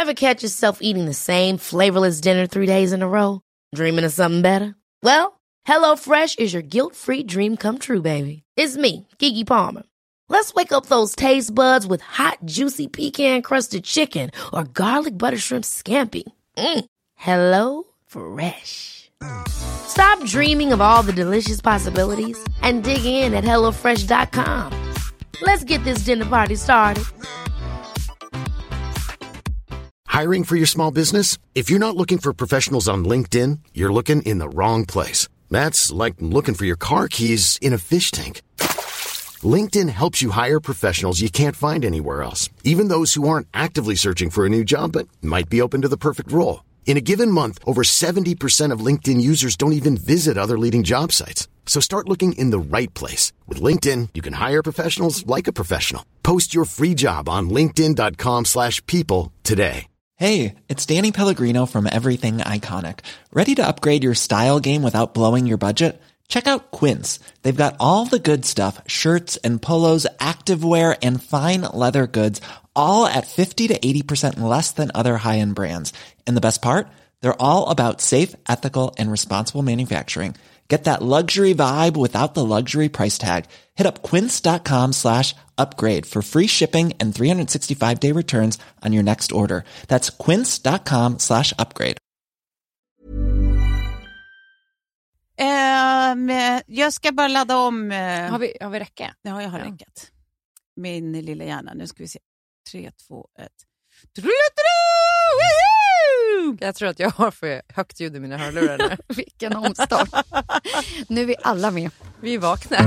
Ever catch yourself eating the same flavorless dinner 3 days in a row? Dreaming of something better? Well, HelloFresh is your guilt-free dream come true, baby. It's me, Keke Palmer. Let's wake up those taste buds with hot, juicy pecan-crusted chicken or garlic butter shrimp scampi. Hello Fresh. Stop dreaming of all the delicious possibilities and dig in at HelloFresh.com. Let's get this dinner party started. Hiring for your small business? If you're not looking for professionals on LinkedIn, you're looking in the wrong place. That's like looking for your car keys in a fish tank. LinkedIn helps you hire professionals you can't find anywhere else, even those who aren't actively searching for a new job but might be open to the perfect role. In a given month, over 70% of LinkedIn users don't even visit other leading job sites. So start looking in the right place. With LinkedIn, you can hire professionals like a professional. Post your free job on linkedin.com/people today. Hey, it's Danny Pellegrino from Everything Iconic. Ready to upgrade your style game without blowing your budget? Check out Quince. They've got all the good stuff, shirts and polos, activewear, and fine leather goods, all at 50 to 80% less than other high-end brands. And the best part? They're all about safe, ethical, and responsible manufacturing. Get that luxury vibe without the luxury price tag. Hit up quince.com/upgrade for free shipping and 365-day returns on your next order. That's quince.com/upgrade. Jag ska bara ladda om. Har vi räcka? Ja, jag har räckat. Min lilla hjärna. Nu ska vi se. 3, 2, 1. Jag tror att jag har för högt ljud i mina hörlurar nu. Vilken omstart. Nu är vi alla med. Vi är vakna.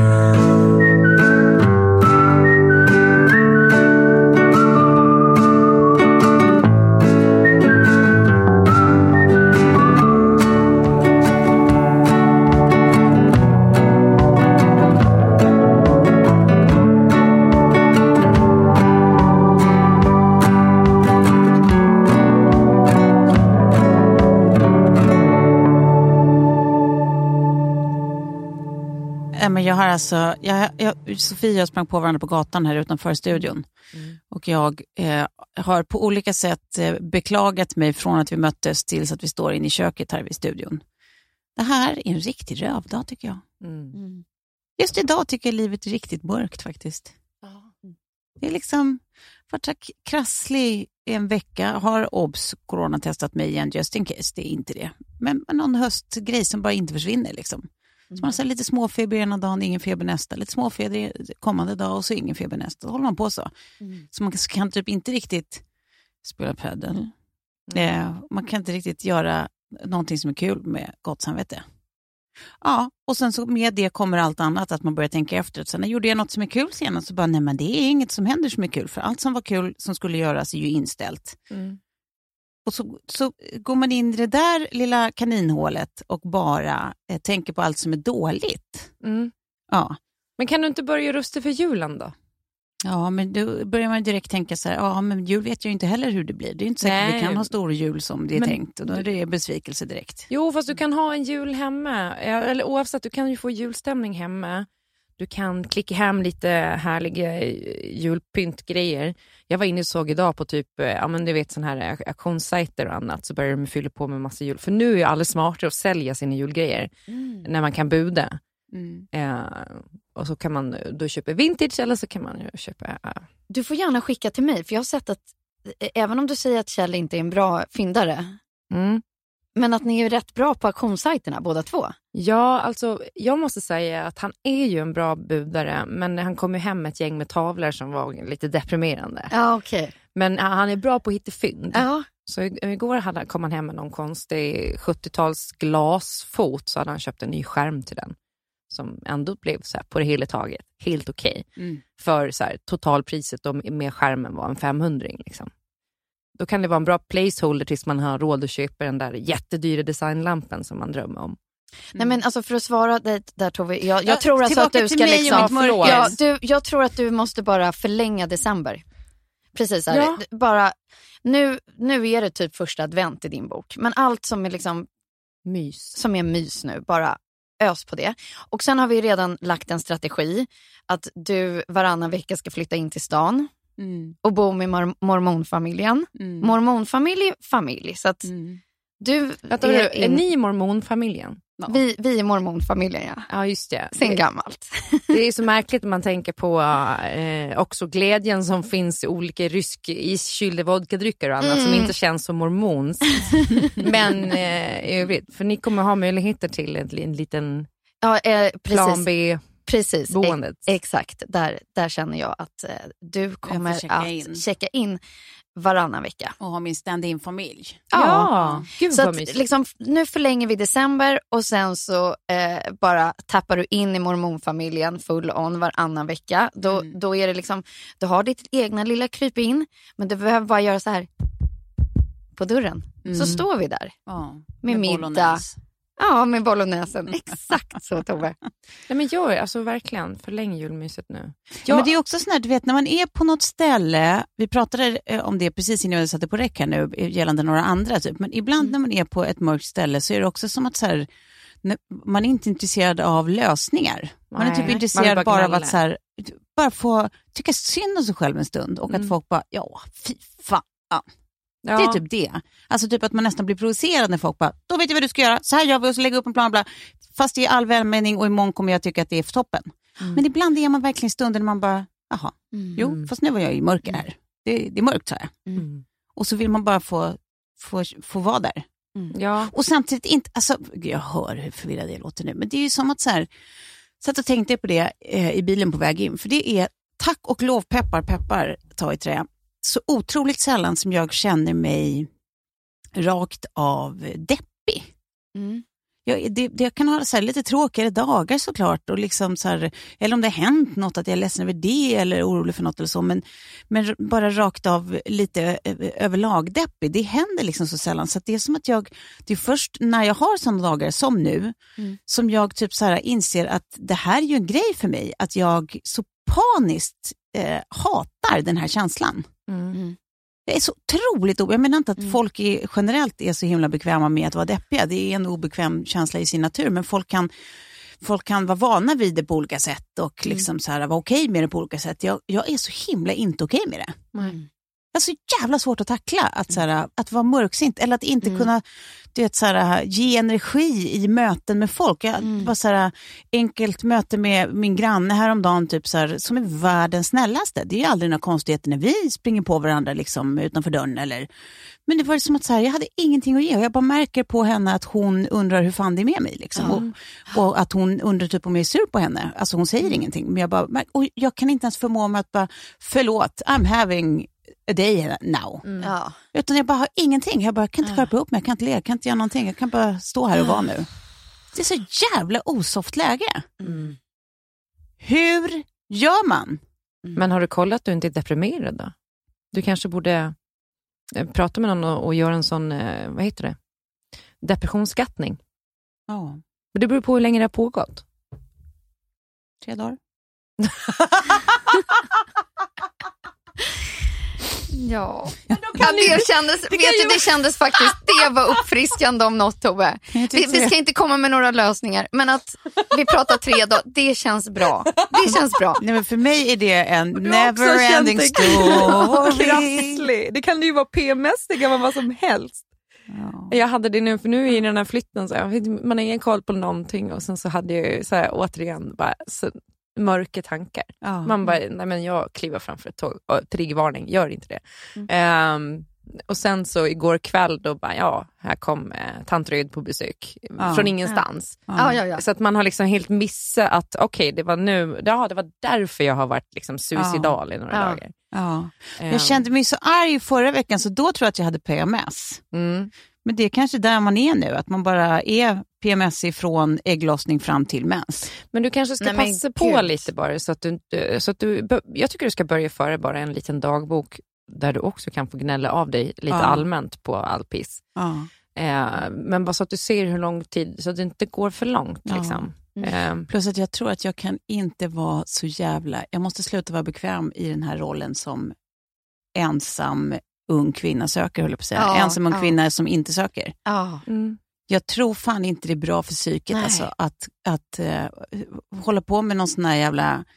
Men jag har Sofia och jag sprang på varandra på gatan här utanför studion. Och jag har på olika sätt beklagat mig från att vi möttes tills att vi står inne i köket här vid studion. Det här är en riktig rövdag tycker jag. Just idag tycker jag livet är riktigt mörkt faktiskt. Det är liksom varit krasslig en vecka. Har OBS coronatestat mig igen just in case, det är inte det. Men någon höstgrej som bara inte försvinner liksom. Så man har lite småfeber ena dagen, ingen feber nästa. Lite småfeber kommande dag och så ingen feber nästa. Så håller man på så. Så man kan typ inte riktigt spela padel. Man kan inte riktigt göra någonting som är kul med gott samvete. Ja, och sen så med det kommer allt annat. Att man börjar tänka efter. Sen när gjorde jag något som är kul senast så bara, nej men det är inget som händer som är kul. För allt som var kul som skulle göras är ju inställt. Och så går man in i det där lilla kaninhålet och bara tänker på allt som är dåligt. Ja. Men kan du inte börja rusta för julen då? Ja, men då börjar man direkt tänka så här, ja men jul vet jag ju inte heller hur det blir. Det är inte säkert att vi kan ha stor jul som det är tänkt och då är det besvikelse direkt. Jo, fast du kan ha en jul hemma. Eller oavsett, du kan ju få julstämning hemma. Du kan klicka hem lite härliga julpyntgrejer. Jag var inne och såg idag på typ, ja men du vet sån här auktionssajter och annat. Så börjar de fylla på med massa jul. För nu är ju alla smartare att sälja sina julgrejer. När man kan buda. Och så kan man då köpa vintage eller så kan man ju köpa... Du får gärna skicka till mig. För jag har sett att, även om du säger att Kjell inte är en bra fyndare. Men att ni är rätt bra på auktionssajterna båda två. Ja, alltså jag måste säga att han är ju en bra budare. Men han kom ju hem med ett gäng med tavlor som var lite deprimerande. Ja, okej. Men han är bra på att hitta fynd. Ja. Så igår kom han hem med någon konstig 70-tals glasfot. Så hade han köpt en ny skärm till den. Som ändå blev så här, på det hela taget helt okej. För så här, totalpriset med skärmen var en 500 liksom. Då kan det vara en bra placeholder tills man har råd att köpa den där jättedyra designlampen som man drömmer om. Nej men alltså för att svara där Tove, jag tror alltså att du ska jag tror att du måste bara förlänga december. Precis här. Ja. Bara nu är det typ första advent i din bok. Men allt som är liksom som är mys nu, bara ös på det. Och sen har vi redan lagt en strategi att du varannan vecka ska flytta in till stan. och bo med mormonfamiljen. Mormonfamilj, så att du är ni mormonfamiljen? Ja. Vi är mormonfamiljen, ja. Ja, just det. Sen gammalt. Det är så märkligt när man tänker på också glädjen som finns i olika rysk iskylda vodkadrycker och annat som inte känns som mormons. Men för ni kommer ha möjligheter till en liten plan B. Precis, boendet. Exakt. Där känner jag att du kommer att checka in varannan vecka. Och ha min stand-in familj. Ja. Gud, så att, liksom, nu förlänger vi december och sen så bara tappar du in i mormonfamiljen full on varannan vecka. Då är det liksom, du har ditt egna lilla kryp in, men du behöver bara göra så här på dörren. Så står vi där med middag. Ja, med bolognesen. Exakt så, Tove. Nej, men jag är alltså verkligen förläng julmyset nu. Ja, men det är också sån här, du vet, när man är på något ställe, vi pratade om det precis innan jag satte på räck här nu, gällande några andra typ, men ibland när man är på ett mörkt ställe så är det också som att så här, man är inte intresserad av lösniner. Man är typ intresserad bara av att så här, bara få tycka synd om sig själv en stund och att folk bara, fy fan. Ja. Det är typ det. Alltså typ att man nästan blir provocerad när folk bara, då vet jag vad du ska göra. Så här gör vi och så lägger upp en plan. Bla. Fast det är all välmening och imorgon kommer jag tycka att det är för toppen. Men ibland är man verkligen stunden när man bara, jaha, jo, fast nu var jag i mörker här. Det är mörkt, så här. Och så vill man bara få vara där. Ja. Och samtidigt inte, alltså, jag hör hur förvirrad det låter nu. Men det är ju som att så här, satt och tänkte på det i bilen på väg in. För det är, tack och lov, peppar, ta i trä. Så otroligt sällan som jag känner mig rakt av deppig. Jag kan ha så här lite tråkigare dagar såklart. Och liksom så här, eller om det har hänt något, att jag är ledsen över det eller orolig för något eller så. Men bara rakt av lite överlag deppig. Det händer liksom så sällan. Så att det är som att det är först när jag har sådana dagar som nu som jag typ så här inser att det här är ju en grej för mig. Att jag så paniskt hatar den här känslan. Det är så otroligt. Jag menar inte att folk generellt är så himla bekväma med att vara deppiga. Det är en obekväm känsla i sin natur. Men folk kan vara vana vid det på olika sätt. Och liksom så här, vara okej med det på olika sätt. Jag är så himla inte okej med det. Det är så jävla svårt att tackla. Att, så här, att vara mörksint. Eller att inte kunna så här, ge energi i möten med folk. Jag bara så här, enkelt möte med min granne häromdagen typ så här, som är världens snällaste. Det är ju aldrig några konstigheter när vi springer på varandra liksom, utanför dörren. Men det var som att så här, jag hade ingenting att ge. Och jag bara märker på henne att hon undrar hur fan det är med mig. Liksom. Och att hon undrar typ om jag är sur på henne. Alltså hon säger ingenting. Men jag bara, och jag kan inte ens förmå mig att bara, förlåt, I'm having a day now. Utan jag bara har ingenting. Jag bara kan inte skärpa upp mig, jag kan inte le, jag kan inte göra någonting. Jag kan bara stå här och vara nu. Det är så jävla osoft läge. Hur gör man? Men har du kollat att du inte är deprimerad då? Du kanske borde prata med någon och göra en sån, vad heter det? Depressionsskattning. Ja. Men det beror på hur länge det har pågått. 3 dagar. Ja, det kändes faktiskt, det var uppfriskande om något, Tove. Vi ska inte komma med några lösningar, men att vi pratar 3 dagar, det känns bra. Det känns bra. Nej, men för mig är det en never-ending story. Det kan ju vara PMS, det kan vara vad som helst. Ja. Jag hade det nu, för nu i den här flytten så man har ingen koll på någonting, och sen så hade jag så här, återigen bara så mörka tankar. Man bara, nej men jag kliver framför ett tåg. Triggervarning, gör inte det. Och sen så igår kväll då bara, här kom tant Ryd på besök från ingenstans. Så att man har liksom helt missat att okej, det var nu, det var därför jag har varit liksom suicidal i några dagar. Jag kände mig så arg förra veckan, så då tror jag att jag hade PMS. Men det är kanske där man är nu, att man bara är PMS ifrån ägglossning fram till mens. Men du kanske ska passa på lite bara, så att du jag tycker du ska börja föra bara en liten dagbok där du också kan få gnälla av dig lite allmänt på all piss. Men bara så att du ser hur lång tid, så att det inte går för långt liksom. Plus att jag tror att jag kan inte vara så jävla, jag måste sluta vara bekväm i den här rollen som ensam ung kvinna söker, höll jag på att säga. Ensam ung kvinna som inte söker. Jag tror fan inte det är bra för psyket alltså, att hålla på med någon sån här jävla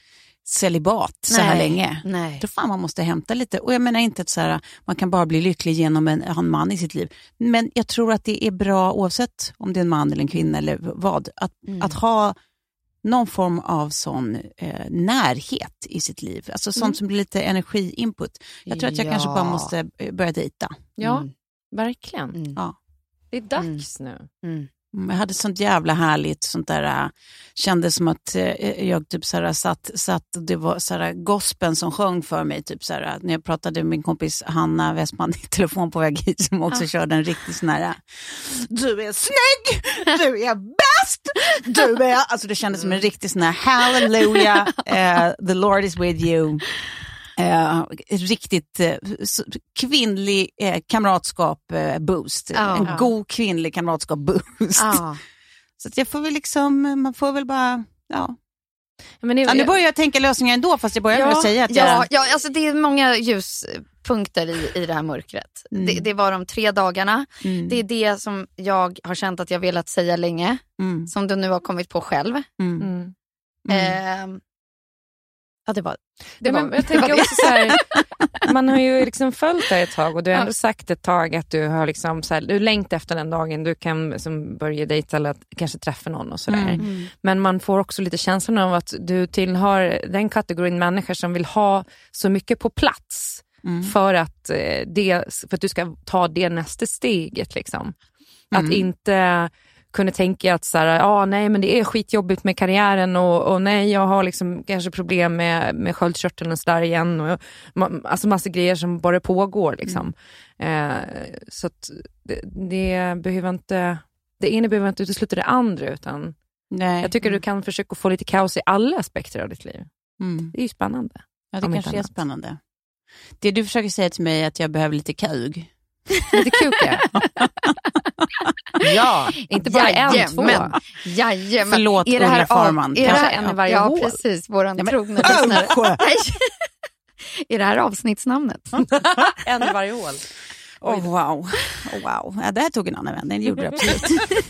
celibat så här länge. Nej. Då fan man måste hämta lite. Och jag menar inte att så här, man kan bara bli lycklig genom en man i sitt liv. Men jag tror att det är bra oavsett om det är en man eller en kvinna eller vad. Att ha någon form av sån närhet i sitt liv. Alltså sånt som blir lite energiinput. Jag tror att jag kanske bara måste börja dejta. Ja, verkligen. Ja. Det är dags nu. Jag hade sånt jävla härligt sånt där, kändes som att jag typ så här satt det var så här gospeln som sjöng för mig typ så här, när jag pratade med min kompis Hanna Westman i telefon på väg hit som också körde en riktigt sån här du är snygg, du är bäst, du är, alltså det kändes som en riktigt sån här hallelujah, the Lord is with you. Riktigt kvinnlig kamratskap boost. En god kvinnlig kamratskap boost. Så att jag får väl liksom, man får väl bara, Men nu börjar jag tänka lösningar ändå, fast jag börjar med att säga att alltså det är många ljuspunkter i det här mörkret. Det var de 3 dagarna. Det är det som jag har känt att jag velat säga länge. Som du nu har kommit på själv. Jag tänker också så här, man har ju liksom följt det ett tag och du har ändå sagt ett tag att du har liksom så här, du längtar efter den dagen du kan liksom börja dejta eller kanske träffa någon och sådär. Men man får också lite känslan av att du tillhör den kategorin människor som vill ha så mycket på plats för att du ska ta det nästa steget liksom. Att inte kunde tänka att så här, nej men det är skitjobbigt med karriären och nej jag har liksom kanske problem med sköldkörteln och så där igen och alltså massa grejer som bara pågår liksom. Så att det behöver inte, det ena behöver inte utesluta det andra, utan jag tycker du kan försöka få lite kaos i alla aspekter av ditt liv. Det är ju spännande. Ja, det kanske är spännande. Det du försöker säga till mig är att jag behöver lite kug. Lite kuka. Ja, inte bara en, 2. Jajamän. Förlåt Ulla Farman. Kanske en i varje hål. Ja, precis. Våran trogna lyssnare. Är det här avsnittsnamnet? En i varje hål. Wow. Ja, det här tog en annan vän. Den gjorde det absolut.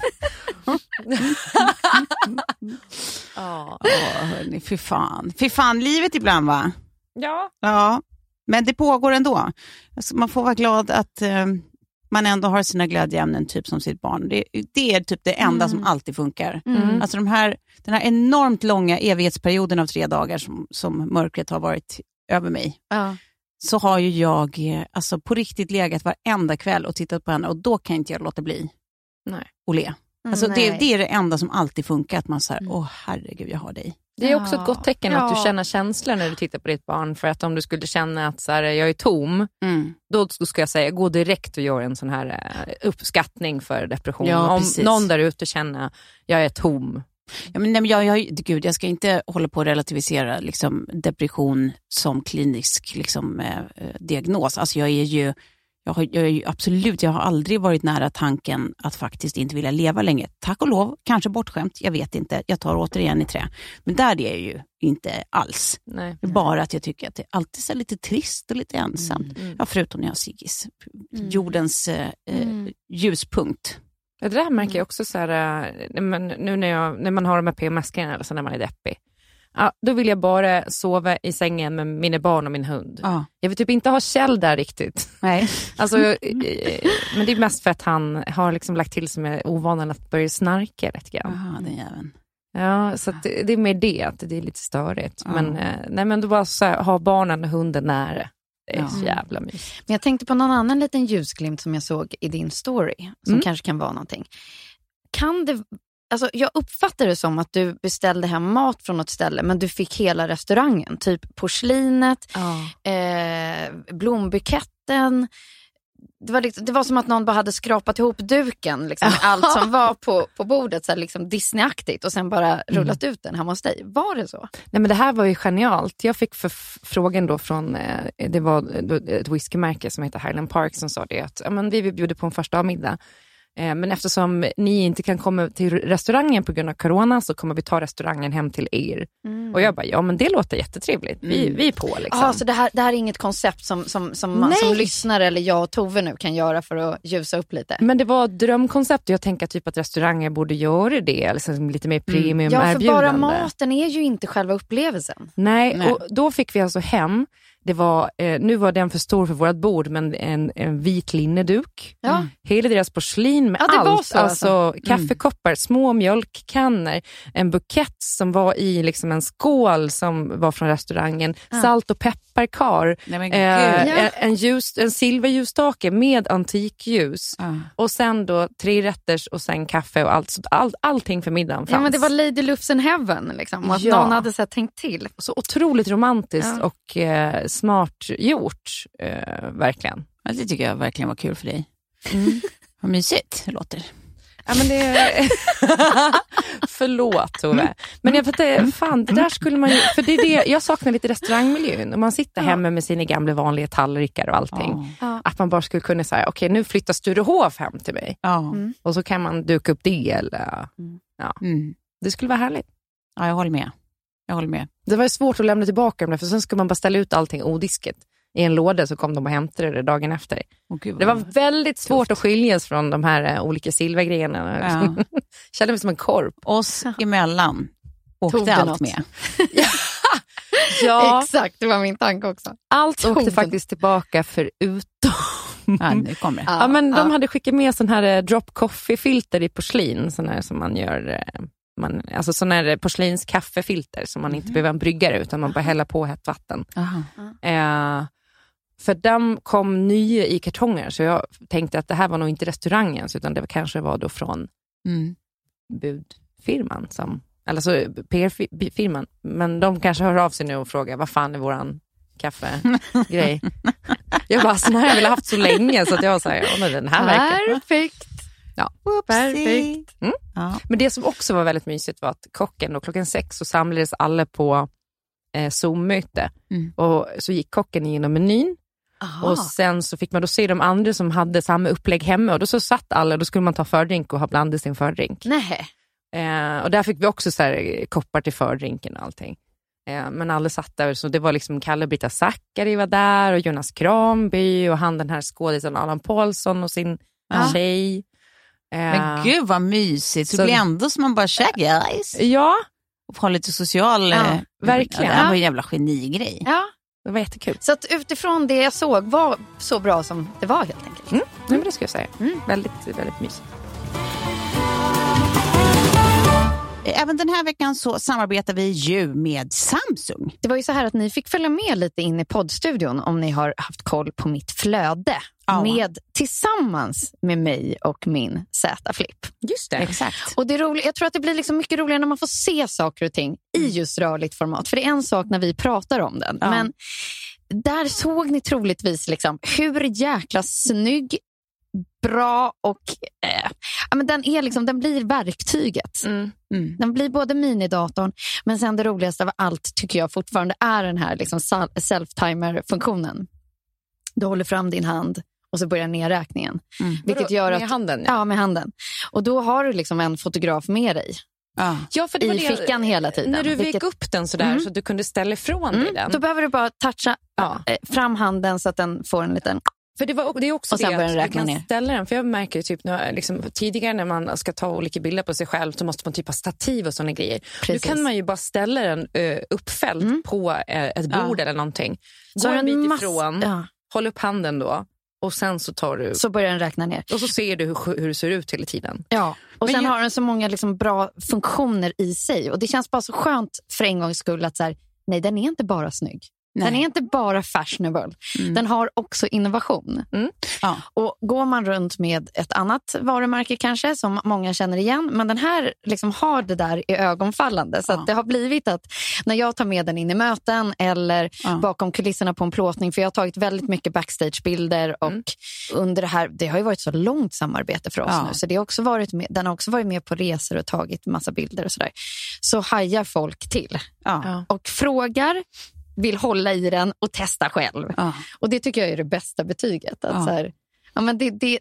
Hörni, fy fan, livet ibland va? Ja. Men det pågår ändå. Alltså, man får vara glad att man ändå har sina glädjeämnen typ som sitt barn. Det är typ det enda som alltid funkar. Alltså den här enormt långa evighetsperioden av 3 dagar som mörkret har varit över mig. Så har ju jag alltså på riktigt legat varenda kväll och tittat på henne, och då kan inte jag låta bli och le. Alltså det är det enda som alltid funkar, att man säger, herregud jag har dig. Det är också ett gott tecken att du känner känslor när du tittar på ditt barn. För att om du skulle känna att så här, jag är tom, då ska jag säga, gå direkt och göra en sån här uppskattning för depression. Om någon där ute känner jag är tom. Ja, men jag ska inte hålla på att relativisera liksom, depression som klinisk liksom, diagnos. Alltså jag har aldrig varit nära tanken att faktiskt inte vilja leva länge. Tack och lov, kanske bortskämt, jag vet inte. Jag tar återigen i trä. Men där är jag ju inte alls. Nej. Bara att jag tycker att det alltid är lite trist och lite ensamt. Ja, förutom när jag har Sigis. Jordens ljuspunkt. Det där märker jag också så här, nu när man har de här PMS-grejerna, alltså när man är deppig. Ja, då vill jag bara sova i sängen med mina barn och min hund. Jag vill typ inte ha Kjell där riktigt. Nej. Alltså, men det är mest för att han har liksom lagt till som är ovanan att börja snarka rätt grann. Den jäveln. Ja, så att det är mer det, att det är lite störigt. Men då bara så här, ha barnen och hunden nära. Det är så jävla mysigt. Men jag tänkte på någon annan liten ljusglimt som jag såg i din story, som kanske kan vara någonting. Kan det... Alltså, jag uppfattar det som att du beställde hem mat från något ställe, men du fick hela restaurangen. Typ porslinet, blombuketten. Det var som att någon bara hade skrapat ihop duken. Liksom, allt som var på bordet, så här, liksom Disney-aktigt. Och sen bara rullat ut den hemma hos dig. Var det så? Nej, men det här var ju genialt. Jag fick frågan då från, det var ett whiskymärke som heter Highland Park som sa det. Att vi vill bjuda på en första middag. Men eftersom ni inte kan komma till restaurangen på grund av corona så kommer vi ta restaurangen hem till er. Och jag bara, ja men det låter jättetrevligt. Vi är på liksom. Ja, så det här är inget koncept som man som lyssnare eller jag och Tove nu kan göra för att ljusa upp lite. Men det var ett drömkoncept och jag tänker typ att restauranger borde göra det. Liksom lite mer premium erbjudande. Ja, för bara maten är ju inte själva upplevelsen. Nej, och då fick vi alltså hem. Det var, nu var den för stor för vårt bord, men en vit linneduk. Ja. Hela deras porslin med allt. Så, alltså kaffekoppar, små mjölkkannor, en bukett som var i liksom en skål som var från restaurangen, salt- och pepparkar, en silverljusstake med antikljus. Och sen då 3 rätters och sen kaffe och allt. Allting för middagen fanns. Ja, men det var Lady Lufsen Heaven liksom. Och att någon hade så tänkt till. Så otroligt romantiskt och smart gjort, verkligen. Ja, det tycker jag verkligen var kul för dig. Vad mysigt det låter. Ja, men det förlåt Tove. Men jag fattar, fan, det där skulle man ju, för det är det, jag saknar lite restaurangmiljön. Om man sitter hemma med sina gamla vanliga tallrikar och allting. Att man bara skulle kunna säga, okej, nu flyttar Sturehof hem till mig. Och så kan man duka upp det eller det skulle vara härligt. Ja, jag håller med. Det var svårt att lämna tillbaka dem, för sen ska man bara ställa ut allting odisket i en låda, så kom de och hämtade det dagen efter. Det var väldigt svårt att skiljas från de här olika silvergrejerna. Kände mig som en korp. Oss emellan åkte allt med. Ja, exakt, det var min tanke också. Allt åkte faktiskt tillbaka förutom nu kommer det. Ja, men de hade skickat med sån här drop coffee-filter i porslin, sån här som man gör, alltså sån här porslinskaffefilter som man inte behöver en bryggare utan man bara häller på hett vatten. För de kom nya i kartonger, så jag tänkte att det här var nog inte restaurangens, utan det kanske var då från budfirman alltså PR-firman. Men de kanske hör av sig nu och frågar, vad fan är våran kaffegrej? Jag bara, sån här jag vill ha haft så länge, så att jag säger, den här verkar perfekt. Ja. Perfekt. Men det som också var väldigt mysigt var att kocken, och 6:00 så samlades alla på Zoom-möte. Och så gick kocken igenom menyn. Och sen så fick man då se de andra som hade samma upplägg hemma. Och då så satt alla, då skulle man ta fördrink och ha blandat sin fördrink. Nej. Och där fick vi också så här koppar till fördrinken och allting. Men alla satt där, så det var liksom Kalle och Britta Zackari var där, och Jonas Kramby och han den här skådisen Allan Paulsson och sin tjej. Men gud vad mysigt. Så det blir ändå som man bara guys. Ja. Och ha lite social. Verkligen. Det här var en jävla genigrej. Ja. Det var jättekul. Så att utifrån det jag såg var så bra som det var helt enkelt. Nej, men det ska jag säga. Väldigt, väldigt mysigt. Även den här veckan så samarbetar vi ju med Samsung. Det var ju så här att ni fick följa med lite in i poddstudion om ni har haft koll på mitt flöde. Tillsammans med mig och min Z-Flip. Just det. Exakt. Och det är roligt, jag tror att det blir liksom mycket roligare när man får se saker och ting i just rörligt format. För det är en sak när vi pratar om den. Men där såg ni troligtvis liksom hur jäkla snygg, bra och men den blir verktyget. Den blir både minidatorn, men sen det roligaste av allt tycker jag fortfarande är den här liksom self-timer-funktionen. Du håller fram din hand och så börjar nedräkningen. Vilket gör med handen? Ja, med handen. Och då har du liksom en fotograf med dig. Ja, för det var i fickan hela tiden. När du vek upp den sådär så du kunde ställa ifrån dig den. Då behöver du bara toucha fram handen så att den får en liten... För det är också och sen det börjar den att du kan ner. ställa den. För jag märker ju typ liksom, tidigare när man ska ta olika bilder på sig själv så måste man typ ha stativ och sådana grejer. Nu kan man ju bara ställa den uppfälld på ett bord eller någonting. Så en bit ifrån, håll upp handen då. Och sen så tar du... Så börjar den räkna ner. Och så ser du hur det ser ut hela tiden. Ja, och sen har den så många liksom bra funktioner i sig. Och det känns bara så skönt för en gångs skull att så här, nej, den är inte bara snygg. Nej. Den är inte bara fashionable. Den har också innovation. Och går man runt med ett annat varumärke kanske, som många känner igen, men den här liksom har det där i ögonfallande. Så att det har blivit att när jag tar med den in i möten eller bakom kulisserna på en plåtning, för jag har tagit väldigt mycket backstagebilder och under det har ju varit så långt samarbete för oss nu. Så det har också varit med, den har också varit med på resor och tagit massa bilder och sådär. Så hajar folk till. Och frågar, vill hålla i den och testa själv. Och det tycker jag är det bästa betyget. Att så här, men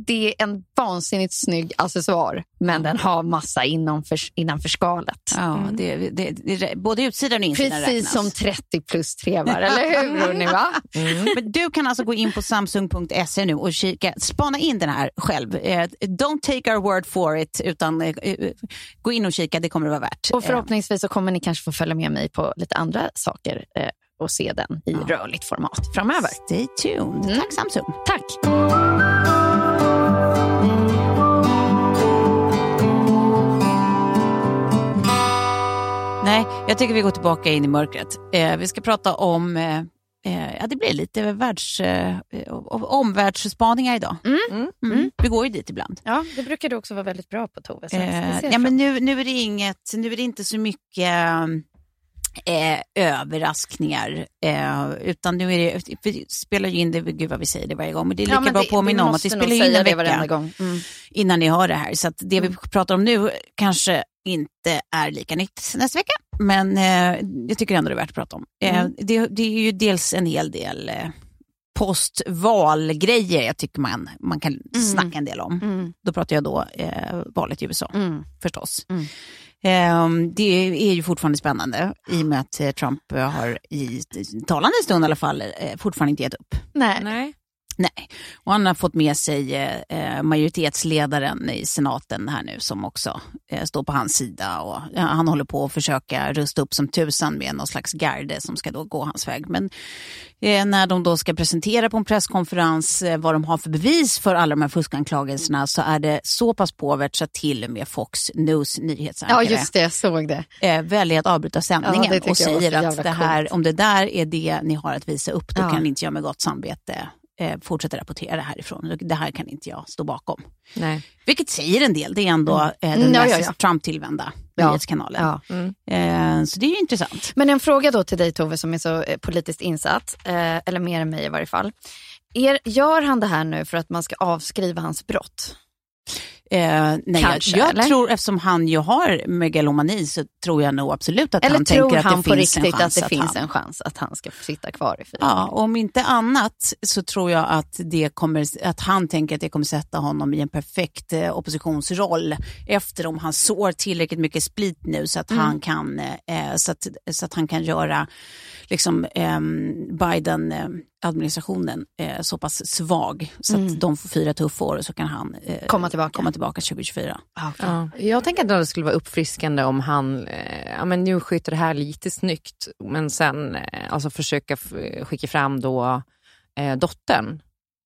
det är en vansinnigt snygg accessoar, men den har massa innanför skalet. Ja, det både utsidan och insidan precis räknas. Som 30 plus trevar, eller hur Ronny, va? Men du kan alltså gå in på samsung.se nu och spana in den här själv. Don't take our word for it, utan gå in och kika, det kommer att vara värt. Och förhoppningsvis så kommer ni kanske få följa med mig på lite andra saker och se den i rörligt format framöver. Stay tuned. Tack Samsung. Tack. Nej, jag tycker vi går tillbaka in i mörkret. Vi ska prata om, det blir lite omvärldsspaningar idag. Vi går ju dit ibland. Ja, det brukar du också vara väldigt bra på, Tove. Men nu är det inte så mycket överraskningar, utan nu är det, vi spelar ju in det, gud vad vi säger det varje gång, men det är lika bra att påminna om att vi spelar in en vecka innan ni hör det här, så att det vi pratar om nu kanske inte är lika nytt nästa vecka, men jag tycker ändå det är värt att prata om. Det är ju dels en hel del postvalgrejer jag tycker man kan snacka en del om. Då pratar jag då valet i USA förstås. Det är ju fortfarande spännande i och med att Trump har i talande stund i alla fall fortfarande inte gett upp. Nej. Och han har fått med sig majoritetsledaren i senaten här nu som också står på hans sida, och han håller på att försöka rusta upp som tusan med någon slags garde som ska då gå hans väg. Men när de då ska presentera på en presskonferens vad de har för bevis för alla de här fuskanklagelserna, så är det så pass påvärt så till och med Fox News nyhetsankare. Ja, just det, jag såg det. Väljer att avbryta sändningen och säger att det här, om det där är det ni har att visa upp, då kan inte jag med gott samvete fortsätta rapportera härifrån. Det här kan inte jag stå bakom. Nej. Vilket säger en del. Det är ändå den mest Trump-tillvända nyhetskanalen. Så det är ju intressant. Men en fråga då till dig, Tove, som är så politiskt insatt, eller mer än mig i varje fall. Gör han det här nu för att man ska avskriva hans brott? Nej, kanske, jag tror, eftersom han ju har megalomani, så tror jag nog absolut att eller han tänker att det finns en chans att det finns en chans att han ska sitta kvar i 4 år. Ja, om inte annat så tror jag att han tänker att det kommer sätta honom i en perfekt oppositionsroll efter om han sår tillräckligt mycket split nu så att han kan så att han kan göra liksom Biden administrationen så pass svag så att de får 4 tuffa år och så kan han komma tillbaka 2024. Ja. Jag tänker att det skulle vara uppfriskande om han nu sköter det här lite snyggt, men sen alltså försöka skicka fram då dottern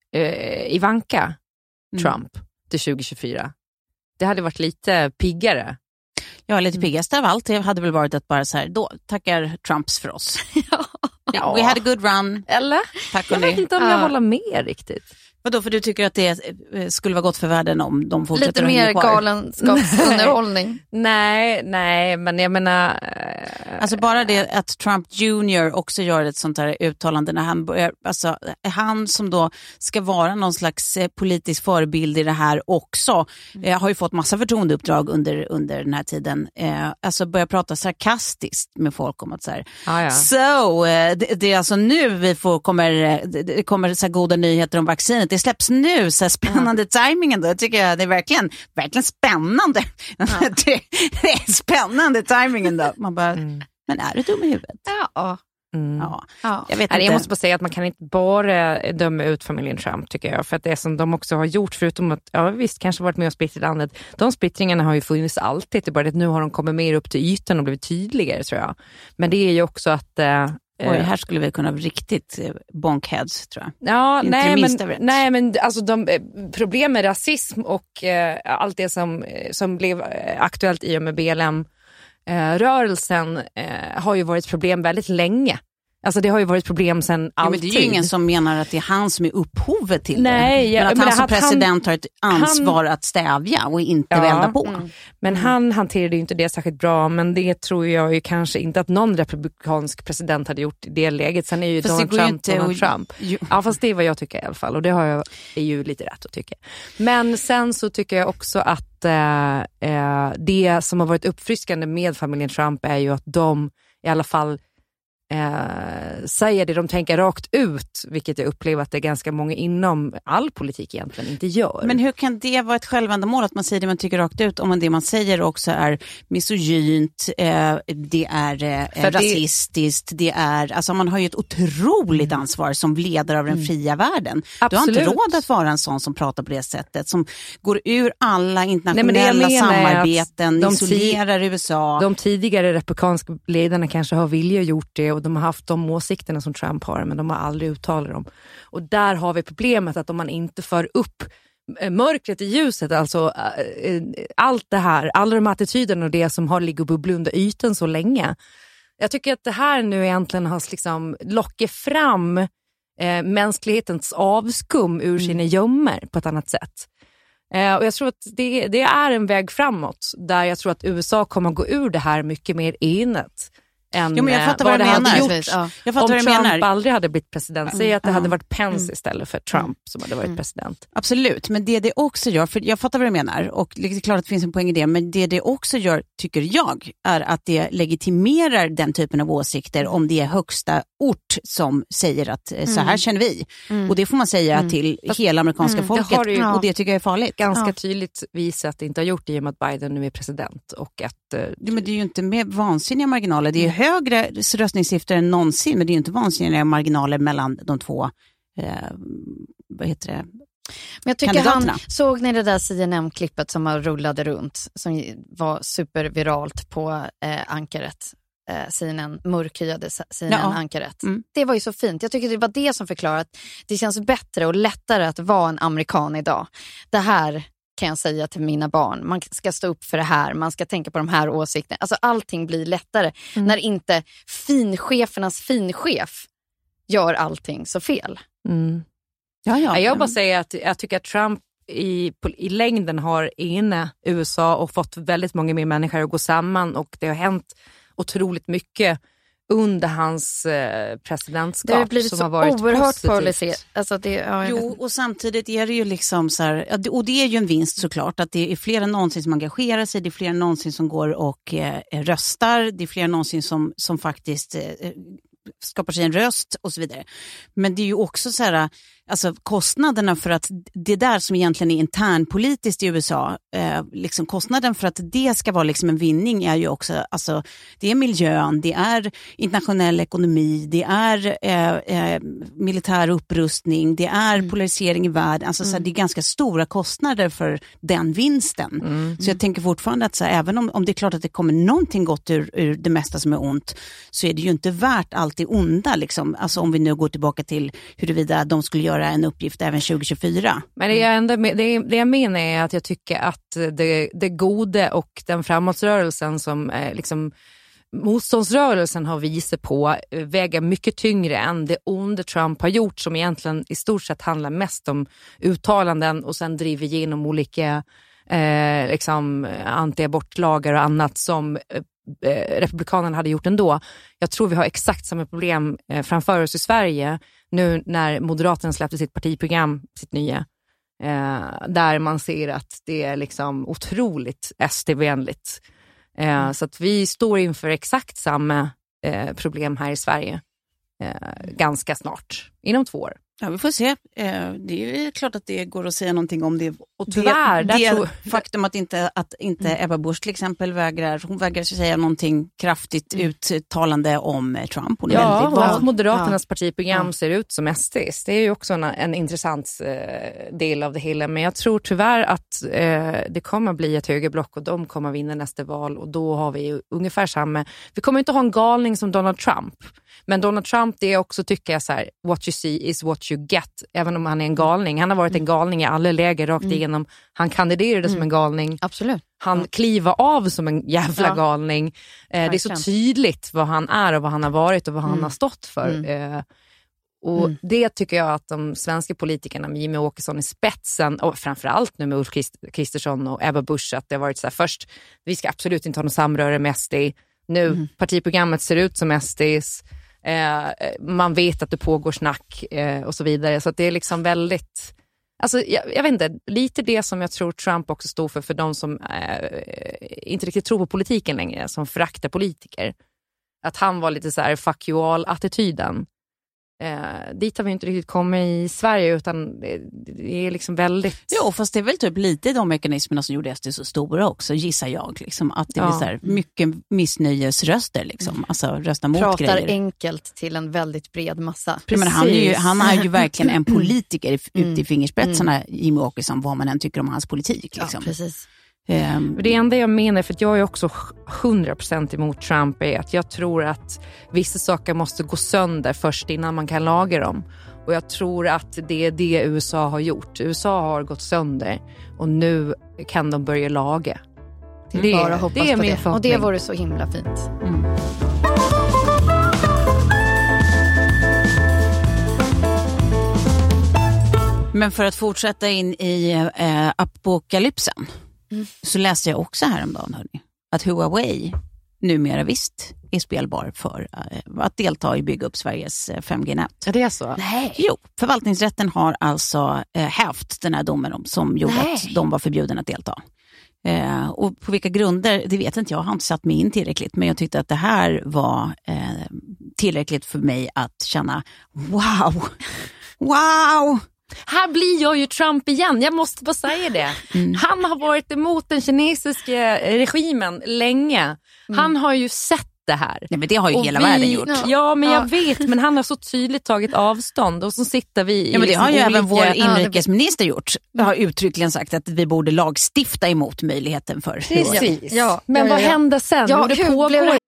Ivanka Trump till 2024. Det hade varit lite piggare. Ja, lite piggast av allt. Det hade väl varit att bara så här, då tackar Trumps för oss. Ja. We had a good run. Eller? Tack, jag vet inte om jag håller med riktigt. Vadå, för du tycker att det skulle vara gott för världen om de fortsätter lite mer galenskapsunderhållning? nej, men jag menar... Alltså bara det att Trump Jr. också gör ett sånt här uttalande när han börjar... Alltså han som då ska vara någon slags politisk förebild i det här också har ju fått massa förtroendeuppdrag under den här tiden. Alltså börjar prata sarkastiskt med folk om att så här... det är alltså nu vi det kommer så här goda nyheter om vaccinet. Det släpps nu, så här spännande timingen då. Jag tycker det är verkligen spännande. Det är spännande timingen då. Man bara, men är du dum i huvudet? Ja. Jag vet inte. Jag måste bara säga att man kan inte bara döma ut familjen Trump, tycker jag. För att det som de också har gjort, förutom att visst kanske varit med och splittrat landet, de splittringarna har ju funnits alltid. Det är bara att nu har de kommit mer upp till ytan och blivit tydligare, tror jag. Men det är ju också att här skulle vi kunna vara riktigt bonkheads, tror jag. Ja, nej men alltså problem med rasism och allt det som blev aktuellt i och med BLM-rörelsen har ju varit problem väldigt länge. Alltså det har ju varit problem sedan alltid. Men det är ju ingen som menar att det är han som är upphovet till det. Men att han som president har ett ansvar att stävja och inte vända på. Men han hanterade ju inte det särskilt bra, men det tror jag ju kanske inte att någon republikansk president hade gjort i det läget. Sen är ju Donald Trump. Ja, fast det är vad jag tycker i alla fall, och det är ju lite rätt att tycka. Men sen så tycker jag också att det som har varit uppfriskande med familjen Trump är ju att de i alla fall säga det de tänker rakt ut, vilket jag upplever att det är ganska många inom all politik egentligen inte gör. Men hur kan det vara ett självändamål att man säger det man tycker rakt ut om det man säger också är misogynt, det är rasistiskt, det är, alltså man har ju ett otroligt ansvar som ledare av den fria världen. Absolut. Du har inte råd att vara en sån som pratar på det sättet, som går ur alla internationella samarbeten, isolerar USA. De tidigare republikanska ledarna kanske har vilja gjort det, och de har haft de åsikterna som Trump har, men de har aldrig uttalat dem. Och där har vi problemet att om man inte för upp mörkret i ljuset, alltså allt det här, alla de attityderna och det som har ligger och bubblat under ytan så länge. Jag tycker att det här nu egentligen har liksom lockat fram mänsklighetens avskum ur sina gömmor på ett annat sätt. Och jag tror att det är en väg framåt där jag tror att USA kommer att gå ur det här mycket mer enat än men jag fattar vad det hade gjort. Ja. Jag fattar om vad Trump aldrig hade blivit president. Säg att det hade varit Pence istället för Trump som hade varit president. Absolut, men det också gör, för jag fattar vad du menar och det är klart att det finns en poäng i det, men det också gör, tycker jag, är att det legitimerar den typen av åsikter om det är högsta ort som säger att så här känner vi. Och det får man säga till hela amerikanska folket, och det tycker jag är farligt. Ganska tydligt visat att det inte har gjort det i och med att Biden nu är president. Och att, men det är ju inte med vansinniga marginaler, det är högre röstningssiffror än någonsin, men det är ju inte vansinniga marginaler mellan de två vad heter det? Men jag tycker såg ni det där CNN-klippet som rullade runt som var superviralt på ankaret? CNN, mörkhyade CNN-ankaret. Det var ju så fint. Jag tycker det var det som förklarar att det känns bättre och lättare att vara en amerikan idag. Det här kan jag säga till mina barn. Man ska stå upp för det här. Man ska tänka på de här åsikterna. Alltså allting blir lättare när inte finchefernas finchef gör allting så fel. Jag bara säger att jag tycker att Trump i längden har ena USA och fått väldigt många mer människor att gå samman, och det har hänt otroligt mycket under hans presidentskap. Det har blivit som så har varit oerhört policy. Alltså och samtidigt är det ju liksom så här, och det är ju en vinst såklart, att det är fler än någonsin som engagerar sig, det är fler än någonsin som går och röstar, det är fler än någonsin som faktiskt skapar sig en röst och så vidare. Men det är ju också så här, alltså kostnaderna för att det där som egentligen är internpolitiskt i USA, liksom kostnaden för att det ska vara liksom en vinning är ju också, alltså det är miljön, det är internationell ekonomi, det är militär upprustning, det är polarisering i världen, alltså så här, det är ganska stora kostnader för den vinsten. Så jag tänker fortfarande att så här, även om det är klart att det kommer någonting gott ur det mesta som är ont, så är det ju inte värt allt det onda liksom. Alltså om vi nu går tillbaka till huruvida de skulle göra en uppgift även 2024. Men det jag menar är att jag tycker att det gode och den framåtrörelsen som liksom motståndsrörelsen har visat på väger mycket tyngre än det onda Trump har gjort, som egentligen i stort sett handlar mest om uttalanden och sen driver igenom olika liksom anti-abortlagar och annat som republikanerna hade gjort ändå. Jag tror vi har exakt samma problem framför oss i Sverige nu när Moderaterna släppte sitt partiprogram, sitt nya, där man ser att det är liksom otroligt SD-vänligt. Så att vi står inför exakt samma problem här i Sverige ganska snart, inom 2 år. Ja, vi får se. Det är klart att det går att säga någonting om det. Och tyvärr, det faktum att inte Ebba Busch till exempel vägrar säga någonting kraftigt uttalande om Trump. Hon är och Moderaternas partiprogram ser ut som SDs. Det är ju också en intressant del av det hela. Men jag tror tyvärr att det kommer bli ett högerblock och de kommer vinna nästa val. Och då har vi ungefär samma. Vi kommer inte ha en galning som Donald Trump. Men Donald Trump, det är också, tycker jag, så här, what you see is what you get. Även om han är en galning. Han har varit en galning i alla läger rakt igenom. Han kandiderade som en galning. Absolut. Han kliver av som en jävla galning. Det är så tydligt vad han är och vad han har varit och vad han har stått för. Och det tycker jag att de svenska politikerna med Jimmie Åkesson i spetsen, och framförallt nu med Ulf Kristersson och Ebba Busch, att det har varit så här, först, vi ska absolut inte ha någon samröre med SD. Nu, partiprogrammet ser ut som SDs. Man vet att det pågår snack och så vidare. Så att det är liksom väldigt, alltså jag vet inte, lite det som jag tror Trump också står för de som inte riktigt tror på politiken längre, som föraktar politiker. Att han var lite så här fuck you all-attityden. Dit har vi inte riktigt kommit i Sverige, utan det är liksom väldigt... Jo, fast det är väl typ lite de mekanismerna som gjorde SD så stora också, gissar jag. Liksom, att det blir så här mycket missnöjesröster, liksom. Alltså rösta mot pratar grejer. enkelt till en väldigt bred massa. Men han är ju verkligen en politiker ute i fingerspetsarna, Jimmie Åkesson, vad man än tycker om hans politik. Liksom. Ja, precis. Det enda jag menar, för att jag är också 100% emot Trump, är att jag tror att vissa saker måste gå sönder först innan man kan laga dem. Och jag tror att det är det USA har gjort. USA har gått sönder och nu kan de börja laga. Det är min förhoppning. Och det vore så himla fint. Men för att fortsätta in i apokalypsen så läste jag också häromdagen, hörni, att Huawei numera visst är spelbar för att delta i bygga upp Sveriges 5G-nät. Är det så? Nej. Jo, förvaltningsrätten har alltså hävt den här domen som gjorde att de var förbjudna att delta. Och på vilka grunder, det vet inte jag, har inte satt mig in tillräckligt, men jag tyckte att det här var tillräckligt för mig att känna wow! Här blir jag ju Trump igen, jag måste bara säga det. Han har varit emot den kinesiska regimen länge. Han har ju sett det här. Nej, men det har ju hela världen gjort. Ja, men jag vet, men han har så tydligt tagit avstånd och så sitter vi i... Ja, men det har ju även vår inrikesminister gjort. Har uttryckligen sagt att vi borde lagstifta emot möjligheten för... Precis. Ja. Men vad händer sen? Ja, det pågår...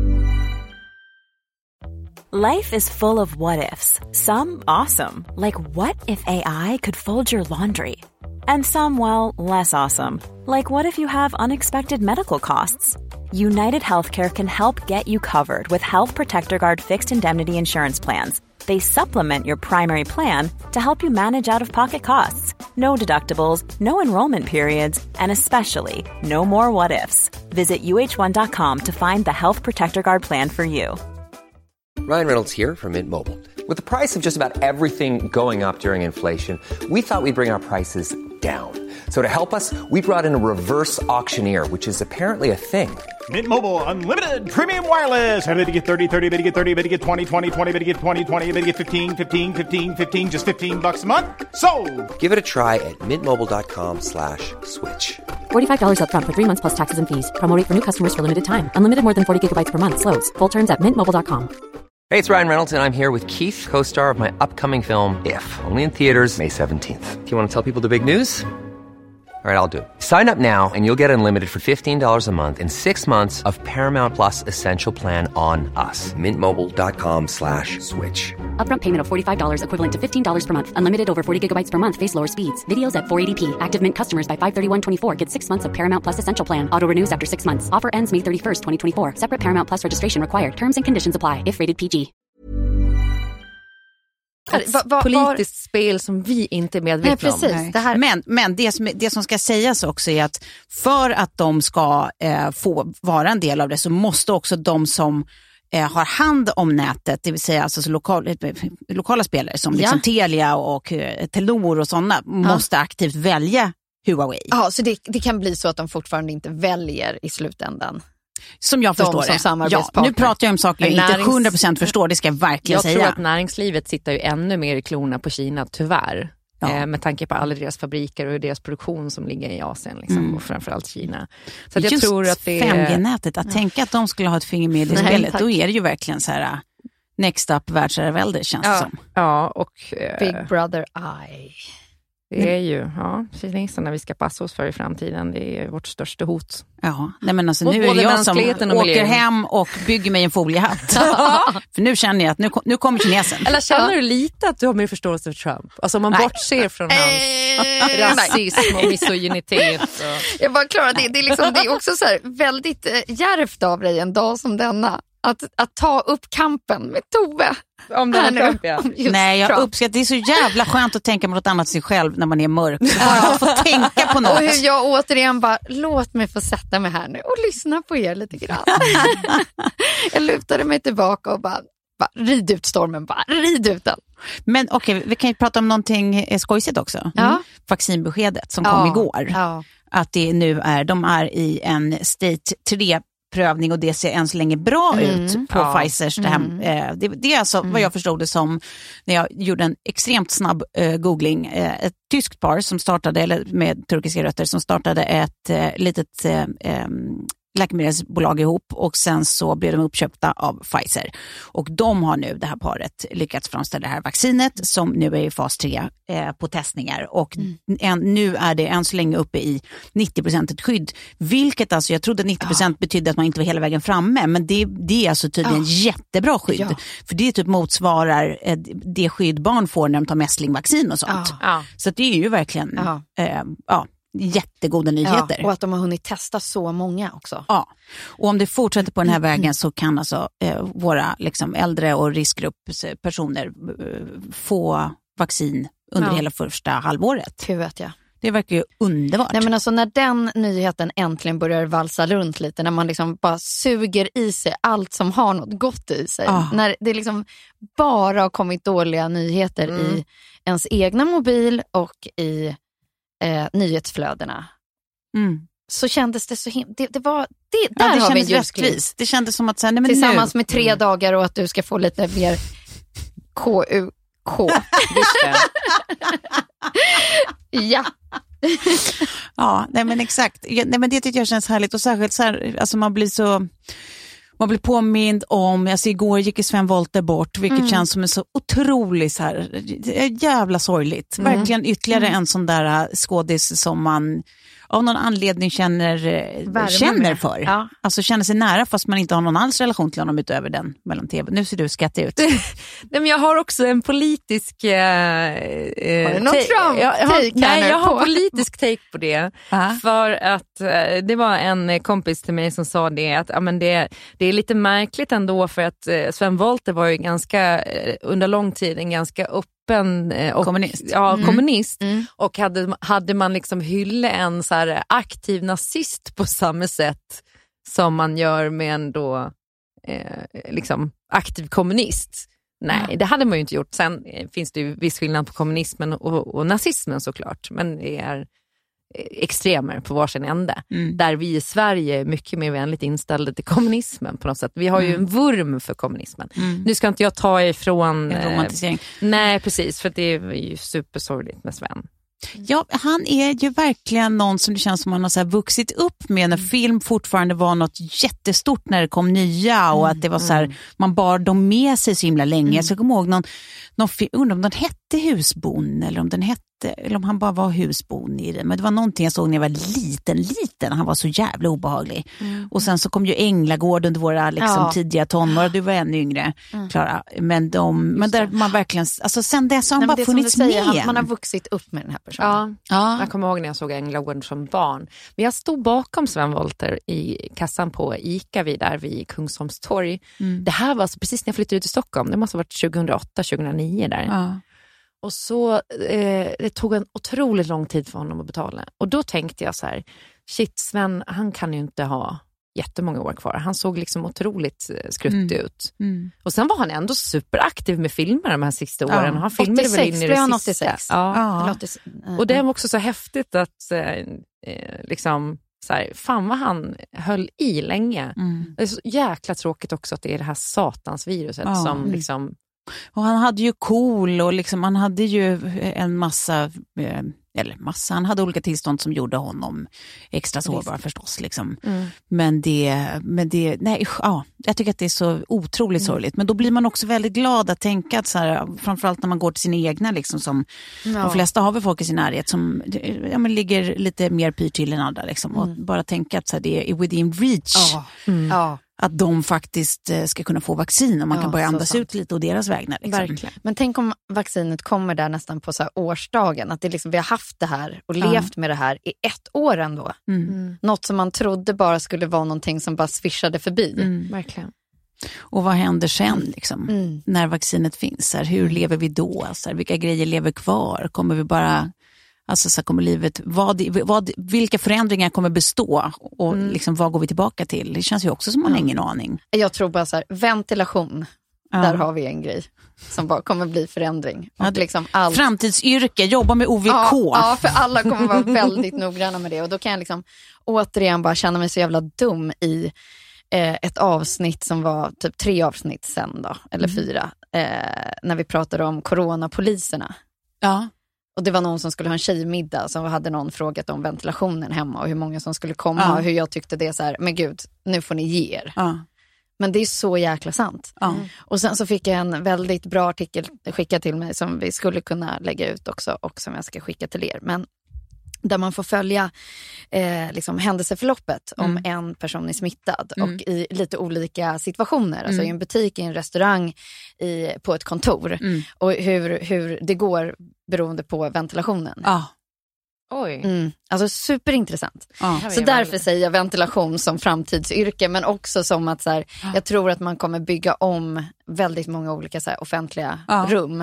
Life is full of what-ifs. Some awesome, like what if AI could fold your laundry? And some, well, less awesome, like what if you have unexpected medical costs? United Healthcare can help get you covered with Health Protector Guard fixed indemnity insurance plans. They supplement your primary plan to help you manage out-of-pocket costs. No deductibles, no enrollment periods, and especially no more what-ifs. Visit uh1.com to find the Health Protector Guard plan for you. Ryan Reynolds here from Mint Mobile. With the price of just about everything going up during inflation, we thought we'd bring our prices down. So to help us, we brought in a reverse auctioneer, which is apparently a thing. Mint Mobile Unlimited Premium Wireless. How to get 30, 30, bit to get 30, bit to get 20, 20, 20, bit to get 20, 20, bit to get 15, 15, 15, 15, just $15 a month? Sold! Give it a try at mintmobile.com/switch. $45 up front for 3 months plus taxes and fees. Promo rate for new customers for limited time. Unlimited more than 40 gigabytes per month. Slows full terms at mintmobile.com. Hey, it's Ryan Reynolds, and I'm here with Keith, co-star of my upcoming film, If, only in theaters May 17th. Do you want to tell people the big news? All right, I'll do it. Sign up now and you'll get unlimited for $15 a month and 6 months of Paramount Plus Essential Plan on us. mintmobile.com/switch. Upfront payment of $45 equivalent to $15 per month. Unlimited over 40 gigabytes per month. Face lower speeds. Videos at 480p. Active Mint customers by 531.24 get 6 months of Paramount Plus Essential Plan. Auto renews after 6 months. Offer ends May 31st, 2024. Separate Paramount Plus registration required. Terms and conditions apply if rated PG. Politiskt spel som vi inte är medvetna om. Precis. Det här... Men det som ska sägas också är att för att de ska få vara en del av det så måste också de som har hand om nätet, det vill säga alltså lokala spelare som liksom Telia och Telenor och sådana, måste aktivt välja Huawei. Ja, så det kan bli så att de fortfarande inte väljer i slutändan. Som jag förstår det. Ja, nu pratar jag om saker jag inte 100% förstår, det ska jag verkligen säga. Jag tror att näringslivet sitter ju ännu mer i klorna på Kina, tyvärr. Ja. Med tanke på alla deras fabriker och deras produktion som ligger i Asien liksom, och framförallt Kina. Så att jag tror att det 5G-nätet, att tänka att de skulle ha ett finger med i spelet, då är det ju verkligen så här next up världsherravälde, känns det som. Ja, och Big Brother Eye. Det är ju, kineserna vi ska passa oss för i framtiden. Det är vårt största hot. Ja, nej men alltså nu är det jag som åker hem och bygger mig en foliehatt. För nu känner jag att nu kommer kinesen. Eller känner du lite att du har mer förståelse för Trump? Alltså om man bortser från hans rasism och misogynitet. Och... Jag bara klarar det. Det är också så här väldigt djärvt av dig en dag som denna. Att ta upp kampen med Tove. Om den här Nej, jag uppskattar. Det är så jävla skönt att tänka på något annat sig själv när man är mörk. Bara att få tänka på något. Och hur jag återigen bara, låt mig få sätta mig här nu och lyssna på er lite grann. Jag lutade mig tillbaka och bara rid ut stormen, rid ut den. Men okej, vi kan ju prata om någonting skojsigt också. Vaccinbeskedet som kom igår. Att det nu de är i en state 3 prövning och det ser än så länge bra ut på Pfizers. Det är alltså vad jag förstod det som när jag gjorde en extremt snabb googling. Ett tyskt par som startade, eller med turkiska rötter, som startade ett litet läkemedelsbolag ihop och sen så blev de uppköpta av Pfizer. Och de har nu, det här paret, lyckats framställa det här vaccinet som nu är i fas 3 på testningar. Och nu är det än så länge uppe i 90% ett skydd. Vilket alltså, jag trodde 90% betydde att man inte var hela vägen framme. Men det är alltså tydligen jättebra skydd. Ja. För det typ motsvarar det skydd barn får när de tar mässlingvaccin och sånt. Ja. Så det är ju verkligen jättegoda nyheter. Ja, och att de har hunnit testa så många också. Ja, och om det fortsätter på den här vägen så kan alltså våra liksom, äldre och riskgruppspersoner få vaccin under hela första halvåret. Hur vet jag? Det verkar ju underbart. Nej, men alltså när den nyheten äntligen börjar valsa runt lite, när man liksom bara suger i sig allt som har något gott i sig. När det liksom bara har kommit dåliga nyheter i ens egna mobil och i nyhetsflödena. Så kändes det så det var det där det har vi ljusglis. Det kändes som att sen tillsammans med 3 dagar och att du ska få lite mer KUK. Ja. Ja, nej men exakt. Nej men det tycker jag känns härligt och särskilt så här, alltså man blir påmind om, alltså igår gick Sven Wollter bort, vilket känns som en så otroligt så här, jävla sorgligt. Verkligen ytterligare en sån där skådis som man av någon anledning känner för. Ja. Alltså känner sig nära fast man inte har någon alls relation till honom utöver den mellan tv. Nu ser du skattig ut. Nej, men jag har också en politisk har du någon Trump-take? Nej, jag har politisk take på det. För att det var en kompis till mig som sa det att det är lite märkligt ändå för att Sven Wollter var ju ganska under lång tid en ganska öppen och kommunist. Ja, kommunist. Och hade man liksom hylla en så här aktiv nazist på samma sätt som man gör med en då liksom aktiv kommunist. Nej, det hade man ju inte gjort. Sen finns det ju viss skillnad på kommunismen och nazismen såklart. Men det är extremer på varsin ände. Där vi i Sverige är mycket mer vänligt inställda till kommunismen på något sätt. Vi har ju en vurm för kommunismen. Nu ska inte jag ta ifrån nej, precis, för det är ju supersorgligt med Sven. Ja, han är ju verkligen någon som det känns som man har så här vuxit upp med när film fortfarande var något jättestort när det kom nya och att det var så här, man bar dem med sig så himla länge. Så jag kommer ihåg någon film, undrar om den hette Husbon eller om den hette, eller om han bara var husbon i det. Men det var någonting jag såg när jag var liten. Han var så jävla obehaglig. Och sen så kom ju Änglagård under våra liksom, tidiga tonår. Du var ännu yngre, Klara. Men där man verkligen, alltså sen dess har han bara funnits med. Man har vuxit upp med den här personen. Ja. Jag kommer ihåg när jag såg Änglagård som barn. Men jag stod bakom Sven Wollter i kassan på ICA vid Kungsholmstorg. Det här var alltså precis när jag flyttade ut till Stockholm. Det måste ha varit 2008-2009 där. Ja. Och så det tog en otroligt lång tid för honom att betala. Och då tänkte jag så här, shit, Sven, han kan ju inte ha jättemånga år kvar. Han såg liksom otroligt skruttig ut. Och sen var han ändå superaktiv med filmer de här sista åren. Han filmade 86, väl in i det sista. 86. Ja. Och det var också så häftigt att liksom så här, fan vad han höll i länge. Det är så jäkla tråkigt också att det är det här satansviruset som liksom. Och han hade ju och liksom, han hade ju en massa, han hade olika tillstånd som gjorde honom extra sårbar förstås liksom. Men jag tycker att det är så otroligt sorgligt. Men då blir man också väldigt glad att tänka att så här, framförallt när man går till sina egna liksom, som de flesta har väl folk i sin närhet som ligger lite mer pyrt till än andra liksom. Och bara tänka att så här, det är within reach. Att de faktiskt ska kunna få vaccin och man kan börja andas ut lite och deras vägnar. Liksom. Verkligen. Men tänk om vaccinet kommer där nästan på så här årsdagen. Att det liksom, vi har haft det här och levt med det här i 1 år ändå. Något som man trodde bara skulle vara någonting som bara svischade förbi. Verkligen. Och vad händer sen liksom, när vaccinet finns? Här, hur lever vi då? Alltså, vilka grejer lever kvar? Kommer vi bara... Alltså så kommer livet, vilka förändringar kommer bestå och liksom, vad går vi tillbaka till? Det känns ju också som man har ingen aning. Jag tror bara så här, ventilation, där har vi en grej som bara kommer bli förändring. Och liksom allt. Framtidsyrke, jobba med OVK. Ja, för alla kommer vara väldigt noggranna med det. Och då kan jag liksom återigen bara känna mig så jävla dum i ett avsnitt som var typ 3 avsnitt sen då, eller 4, när vi pratade om coronapoliserna. Ja. Och det var någon som skulle ha en tjejmiddag, som hade någon frågat om ventilationen hemma och hur många som skulle komma och hur jag tyckte det så här, men gud, nu får ni ge er. Men det är så jäkla sant. Och sen så fick jag en väldigt bra artikel skickad till mig som vi skulle kunna lägga ut också och som jag ska skicka till er. Men där man får följa liksom händelseförloppet om en person är smittad och i lite olika situationer. Alltså i en butik, i en restaurang, på ett kontor. Och hur det går beroende på ventilationen. Oj. Alltså superintressant. Så därför säger jag ventilation som framtidsyrke, men också som att så här, jag tror att man kommer bygga om väldigt många olika så här, offentliga rum.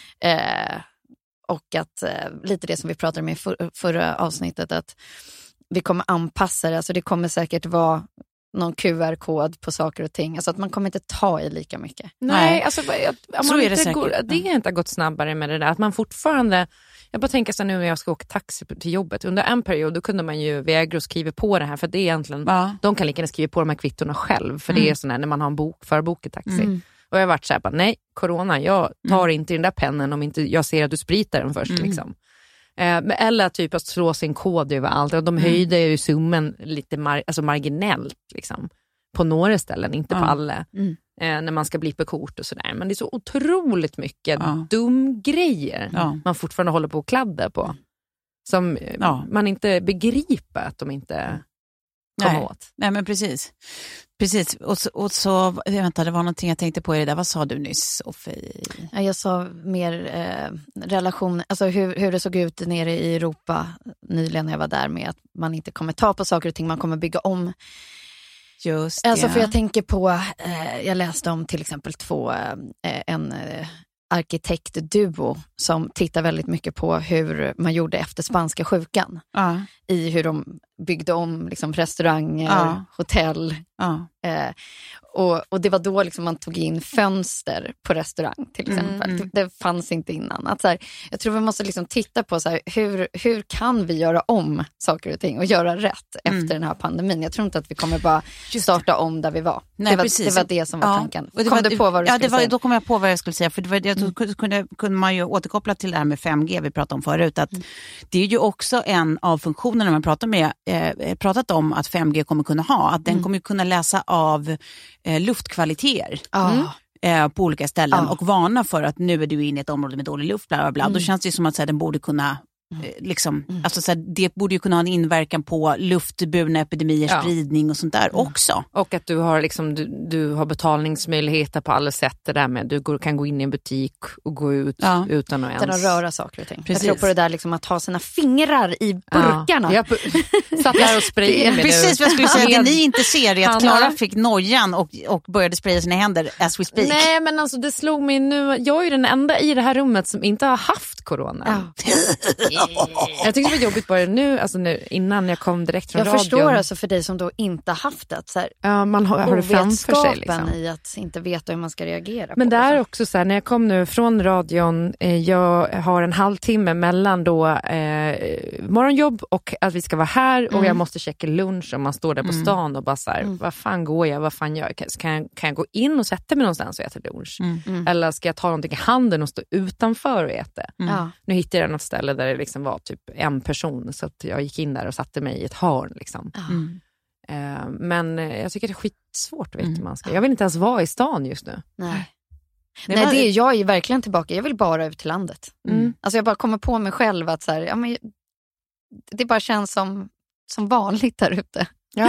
Och att lite det som vi pratade om i förra avsnittet, att vi kommer anpassa det. Alltså det kommer säkert vara någon QR-kod på saker och ting. Alltså att man kommer inte ta i lika mycket. Nej, alltså så är det säkert. Det har inte gått snabbare med det där. Att man fortfarande, jag bara tänker så nu när jag ska åka taxi till jobbet. Under en period då kunde man ju vägra och skriva på det här. För det är egentligen, de kan lika gärna skriva på de här kvittorna själv. För det är sån här när man har en förbok i taxi. Och jag har varit så här, bara, nej, corona, jag tar inte den där pennen om inte jag ser att du spritar den först. Liksom. Eller typ att slå sin kod överallt. Och de höjde ju summen lite marginellt liksom, på några ställen, inte på alla. När man ska bli på kort och sådär. Men det är så otroligt mycket dum grejer man fortfarande håller på att kladda på. Som man inte begriper att de inte kommer åt. Nej, men precis. Och så, vänta, det var någonting jag tänkte på i det där. Vad sa du nyss, Offe? Jag sa mer relation, alltså hur det såg ut nere i Europa nyligen när jag var där, med att man inte kommer ta på saker och ting, man kommer bygga om. Just det. Alltså för jag tänker på, jag läste om till exempel en arkitektduo som tittar väldigt mycket på hur man gjorde efter spanska sjukan. I hur de byggde om liksom restauranger, hotell. Och det var då liksom man tog in fönster på restaurang till exempel. Det fanns inte innan. Att så här, jag tror vi måste liksom titta på så här, hur kan vi göra om saker och ting och göra rätt efter den här pandemin. Jag tror inte att vi kommer bara starta om där vi var. Nej, det var det som var tanken. Kom du på vad du skulle säga? Då kom jag på vad jag skulle säga. För kunde man ju återkoppla till det här med 5G vi pratade om förut. Att det är ju också en av funktionerna man pratat om att 5G kommer kunna ha. Att den kommer kunna läsa av luftkvaliteter på olika ställen och varna för att nu är du inne i ett område med dålig luft, bla bla bla. Då känns det som att så här, den borde kunna alltså, så här, det borde ju kunna ha en inverkan på luftburna epidemier, spridning och sånt där också. Och att du har liksom, du har betalningsmöjligheter på alla sätt, det där med du kan gå in i en butik och gå ut utan att ens röra saker och ting. Precis. Jag tror på det där liksom, att ha sina fingrar i burkarna. Jag satt där och sprayade med precis vad jag skulle säga. Det ni inte ser är att Klara fick nojan och började spraya sina händer as we speak. Nej, men alltså det slog mig nu, jag är ju den enda i det här rummet som inte har haft corona. Jag tycker det var jobbigt bara nu innan jag kom direkt från radion. Jag förstår alltså för dig som då inte haft det. Så här, man har det framför sig. Liksom. I att inte veta hur man ska reagera. Men det är också så här, när jag kom nu från radion, jag har en halvtimme mellan då morgonjobb och att vi ska vara här och jag måste checka lunch och man står där på stan och bara så här, vad fan går jag, vad fan gör jag? Kan jag gå in och sätta mig någonstans och äta lunch? Eller ska jag ta någonting i handen och stå utanför och äta? Nu hittade jag något ställe där det liksom var typ en person, så att jag gick in där och satte mig i ett hörn liksom. Men jag tycker det är skitsvårt att veta hur man ska. Jag vill inte ens vara i stan just nu. Nej, jag är ju verkligen tillbaka. Jag vill bara ut till landet. Alltså jag bara kommer på mig själv att så här, men det bara känns som vanligt där ute.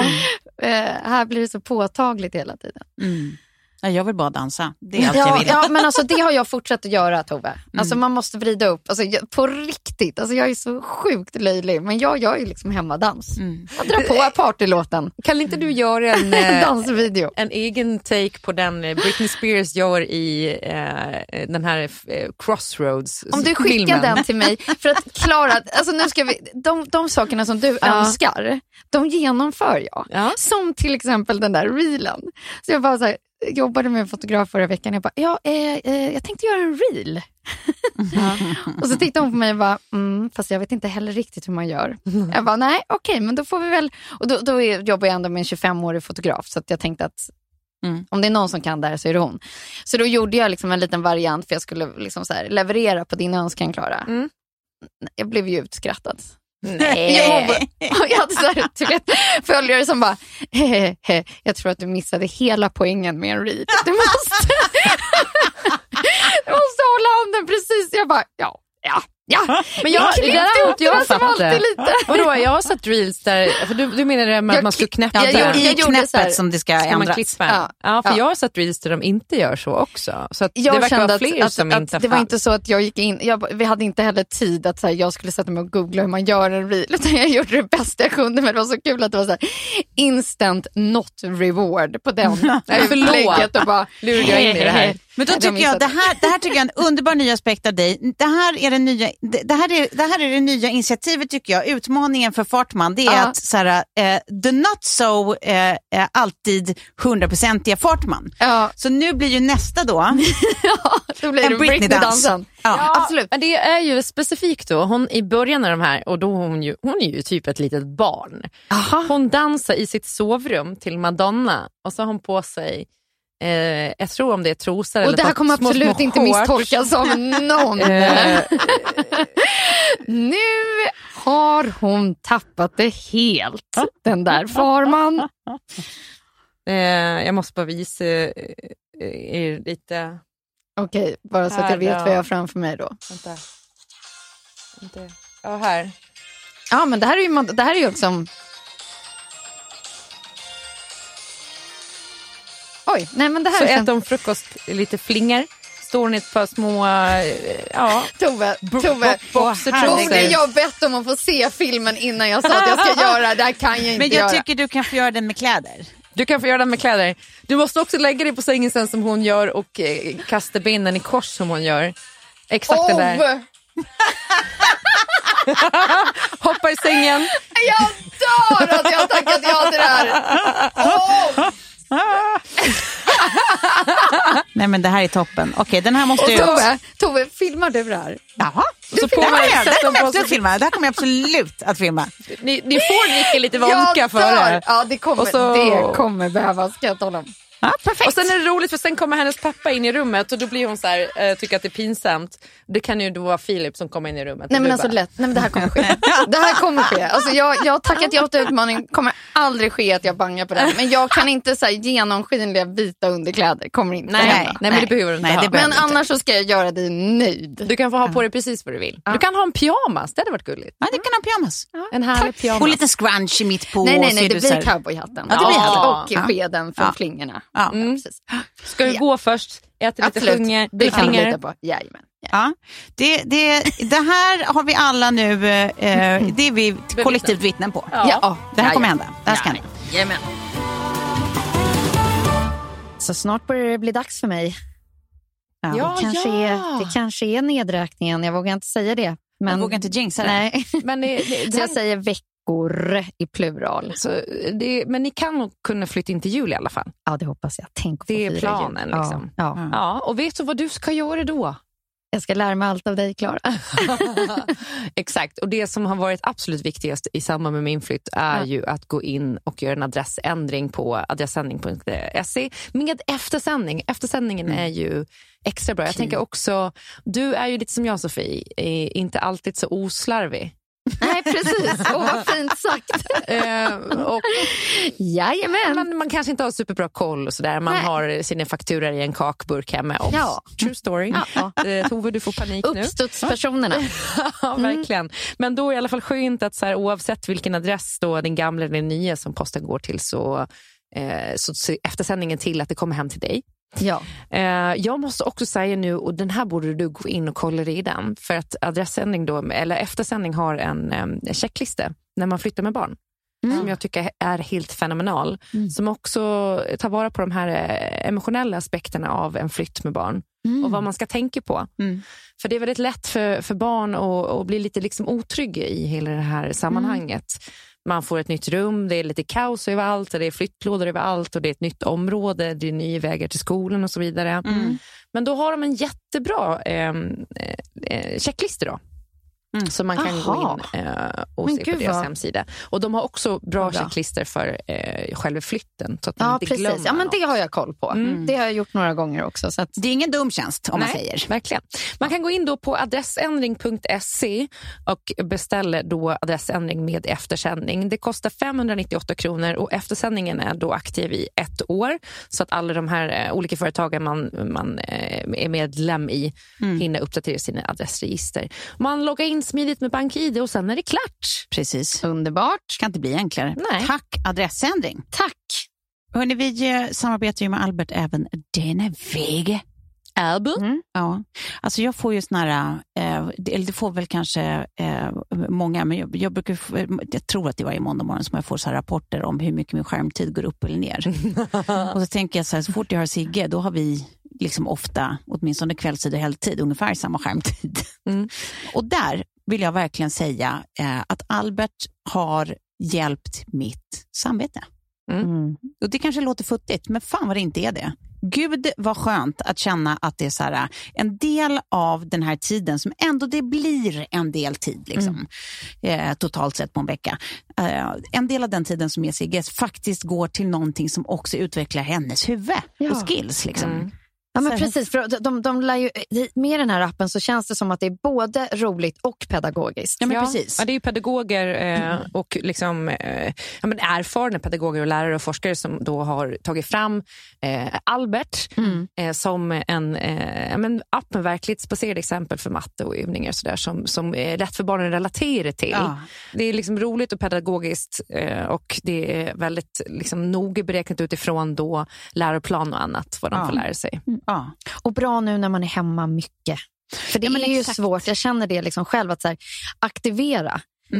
Här blir det så påtagligt hela tiden. Jag vill bara dansa. Det är allt jag vill. Ja, men alltså det har jag fortsatt att göra, Tove. Alltså man måste vrida upp. Alltså, på riktigt. Alltså jag är så sjukt löjlig. Men jag är liksom hemmadans. Jag drar på partylåten. Kan inte du göra en dansvideo? En egen take på den Britney Spears gör i den här Crossroads. Om du skickar den till mig. För att Klara, alltså nu ska vi, de sakerna som du önskar, de genomför jag. Som till exempel den där reelen. Så jag bara så här, jobbade med en fotograf förra veckan. Jag bara, jag tänkte göra en reel. Och så tittade hon på mig och bara, fast jag vet inte heller riktigt hur man gör. Jag bara, nej, okej, men då får vi väl. Och då jobbar jag ändå med en 25-årig fotograf, så att jag tänkte att om det är någon som kan det här så är det hon. Så då gjorde jag liksom en liten variant, för jag skulle liksom så här leverera på din önskan, Klara. Jag blev ju utskrattad. Nej. Jag hade så här, följare som bara, jag tror att du missade hela poängen med en read. Du måste hålla handen precis. Jag bara, ja. Men jag har sett reels där, för du menar det med att man skulle knäppa. Jag gjorde knäppet som det ska ändras. För jag har sett reels där de inte gör så också. Så att jag det verkar vara fler som inte det var inte så att jag gick in, vi hade inte heller tid att så här, jag skulle sätta mig och googla hur man gör en reel, utan jag gjorde det bästa jag kunde, men det var så kul att det var så här, instant not reward på den. Förlåt. Och bara lurade jag in i det här. Men då tycker jag, det här tycker jag är en underbar ny aspekt av dig. Det här är det nya initiativet, tycker jag. Utmaningen för Fartman, det är att så här, the not so alltid 100%iga Fartman. Så nu blir ju nästa då då blir det Britney-dansen. Ja, absolut. Men det är ju specifikt då, hon i början av de här, och då hon är ju typ ett litet barn. Hon dansar i sitt sovrum till Madonna, och så har hon på sig jag tror om det är trosor eller och det här kommer absolut inte misstolkas av någon. Nu har hon tappat det helt, den där Farman. Jag måste bara visa er lite. Okej, bara så att jag vet vad jag har framför mig då. Vänta. Ja, här. Ja, men det här är ju också. Oj, nej, men det här så äter de frukost lite flingar. Står ni ett par små Tove, jag har bett om att få se filmen innan jag sa att jag ska göra det här, kan jag inte. Men jag tycker du kan få göra den med kläder. Du kan få göra den med kläder. Du måste också lägga dig på sängen sen som hon gör och kasta benen i kors som hon gör. Exakt det där. Hoppa i sängen. Jag dör att jag har tackat ja till det här. Nej, men det här är toppen. Okej, den här måste ju... Tove, filmar du det här? Jaha. Det här kommer jag absolut att filma. Ni får Nicke lite vonka för det. Ja, det kommer behövas, ska jag tala om. Ja, perfekt. Och sen är det roligt, för sen kommer hennes pappa in i rummet och då blir hon så här, tycker att det är pinsamt. Det kan ju då vara Filip som kommer in i rummet. Nej, men alltså lätt. Nej, men det här kommer ske. Det här kommer ske. Alltså jag har tackat ja till utmaning. Kommer aldrig ske att jag bangar på det. Men jag kan inte så här genomskinliga vita underkläder. Kommer inte. Nej, men det behöver du inte ha. Men annars så ska jag göra dig nöjd. Du kan få ha på dig precis vad du vill. Du kan ha en pyjamas, det hade varit gulligt. Ja, det kan ha en pyjamas. En härlig pyjamas. Och lite scrunch i mitt på. Nej, det blir cowboyhatten. Ja, det blir hatten. Och skeden från flingorna. Ja, precis. Ska du gå först? Äta lite flingor? Det kan du lita på. Jajamän. Ja, det här har vi alla nu, det är vi kollektivt vittnen på. Ja. Det här kommer hända. Det här ska hända. Jajamän. Så snart börjar det bli dags för mig. Det kanske är nedräkningen, jag vågar inte säga det. Men jag vågar inte jinxa det. Nej. Så jag säger veckor i plural. Men ni kan nog kunna flytta in till jul i alla fall. Ja, det hoppas jag. Tänk det är planen liksom. Ja, och vet du vad du ska göra då? Jag ska lära mig allt av dig, Klara. Exakt, och det som har varit absolut viktigast i samband med min flytt är ju att gå in och göra en adressändring på adressändring.se med eftersändning. Eftersändningen är ju extra bra. Jag tänker också, du är ju lite som jag, Sofie, inte alltid så oslarvig. Nej, precis. Vad fint sagt. Jajamän. Man kanske inte har superbra koll och sådär. Man har sina fakturer i en kakburk hemma. True story. Tove, du får panik nu. Uppstudspersonerna. Ja, verkligen. Men då är i alla fall skönt att så här, oavsett vilken adress då den gamla eller den nya som posten går till så eftersändningen till att det kommer hem till dig. Ja. Jag måste också säga nu, och den här borde du gå in och kolla i den, för att adressändring då, eller eftersändning har en checklista när man flyttar med barn som jag tycker är helt fenomenal, som också tar vara på de här emotionella aspekterna av en flytt med barn och vad man ska tänka på. För det är väldigt lätt för barn att bli lite liksom otrygga i hela det här sammanhanget. Man får ett nytt rum, det är lite kaos överallt, det är flyttlådor överallt och det är ett nytt område, det är nya vägar till skolan och så vidare. Men då har de en jättebra checklista då. Så man kan gå in och se på deras hemsida. Och de har också bra checklister för själva flytten. Så att man inte glömmer Ja, men det har jag koll på. Det har jag gjort några gånger också. Så att... Det är ingen dum tjänst om man säger. Verkligen. Man kan gå in då på adressändring.se och beställa då adressändring med eftersändning. Det kostar 598 kronor och eftersändningen är då aktiv i 1 år. Så att alla de här olika företagen man är medlem i hinner uppdatera sina adressregister. Man loggar in smidigt med BankID och sen är det klart. Precis. Underbart. Kan inte bli enklare. Nej. Tack, adressändring. Tack. Hörrni, vi samarbetar ju med Albert även denna väg. Albert? Ja. Alltså jag får ju såna här, eller det får väl kanske många, men jag tror att det är varje måndag morgon som jag får så här rapporter om hur mycket min skärmtid går upp eller ner. Och så tänker jag så här, så fort jag har Sigge, då har vi liksom ofta, åtminstone kvällstid och helgtid, ungefär samma skärmtid. Och där vill jag verkligen säga att Albert har hjälpt mitt samvete. Och det kanske låter futtigt, men fan vad det inte är det. Gud vad skönt att känna att det är så här, en del av den här tiden som ändå det blir en del tid liksom, totalt sett på en vecka. En del av den tiden som är Sigges faktiskt går till någonting som också utvecklar hennes huvud och skills liksom. Ja, men precis, för de lär ju, med den här appen så känns det som att det är både roligt och pedagogiskt. Ja, men precis. Ja, det är ju pedagoger och liksom, erfarna pedagoger och lärare och forskare som då har tagit fram Albert som en app med verkligt spacerade exempel för matte och övningar så där, som är rätt för barnen relaterar till. Ja. Det är liksom roligt och pedagogiskt och det är väldigt liksom, noga beräknat utifrån då läroplan och annat vad de får lära sig. Ja. Och bra nu när man är hemma mycket. För det är ju svårt, jag känner det liksom själv att så här, aktivera.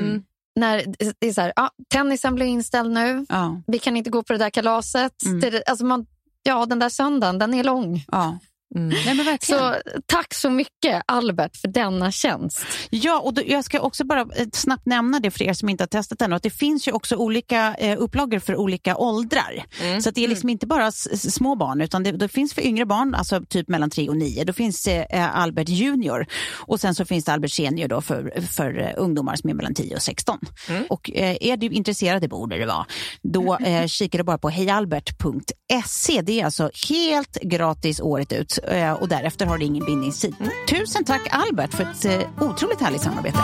När det är så här, tennisen blir inställd nu. Vi kan inte gå på det där kalaset. Alltså den där söndagen, den är lång. Nej, men så tack så mycket Albert för denna tjänst. Ja, och jag ska också bara snabbt nämna det för er som inte har testat ännu, att det finns ju också olika upplagor för olika åldrar. Så att det är liksom inte bara små barn, utan det finns för yngre barn, alltså typ mellan 3 och 9. Då finns Albert Junior och sen så finns det Albert Senior då för ungdomar som är mellan 10 och 16. Och är du intresserad, det borde det vara, då kikar du bara på hejalbert.se. Det är alltså helt gratis året ut. Och därefter har det ingen bindningstid. Tusen tack Albert för ett otroligt härligt samarbete.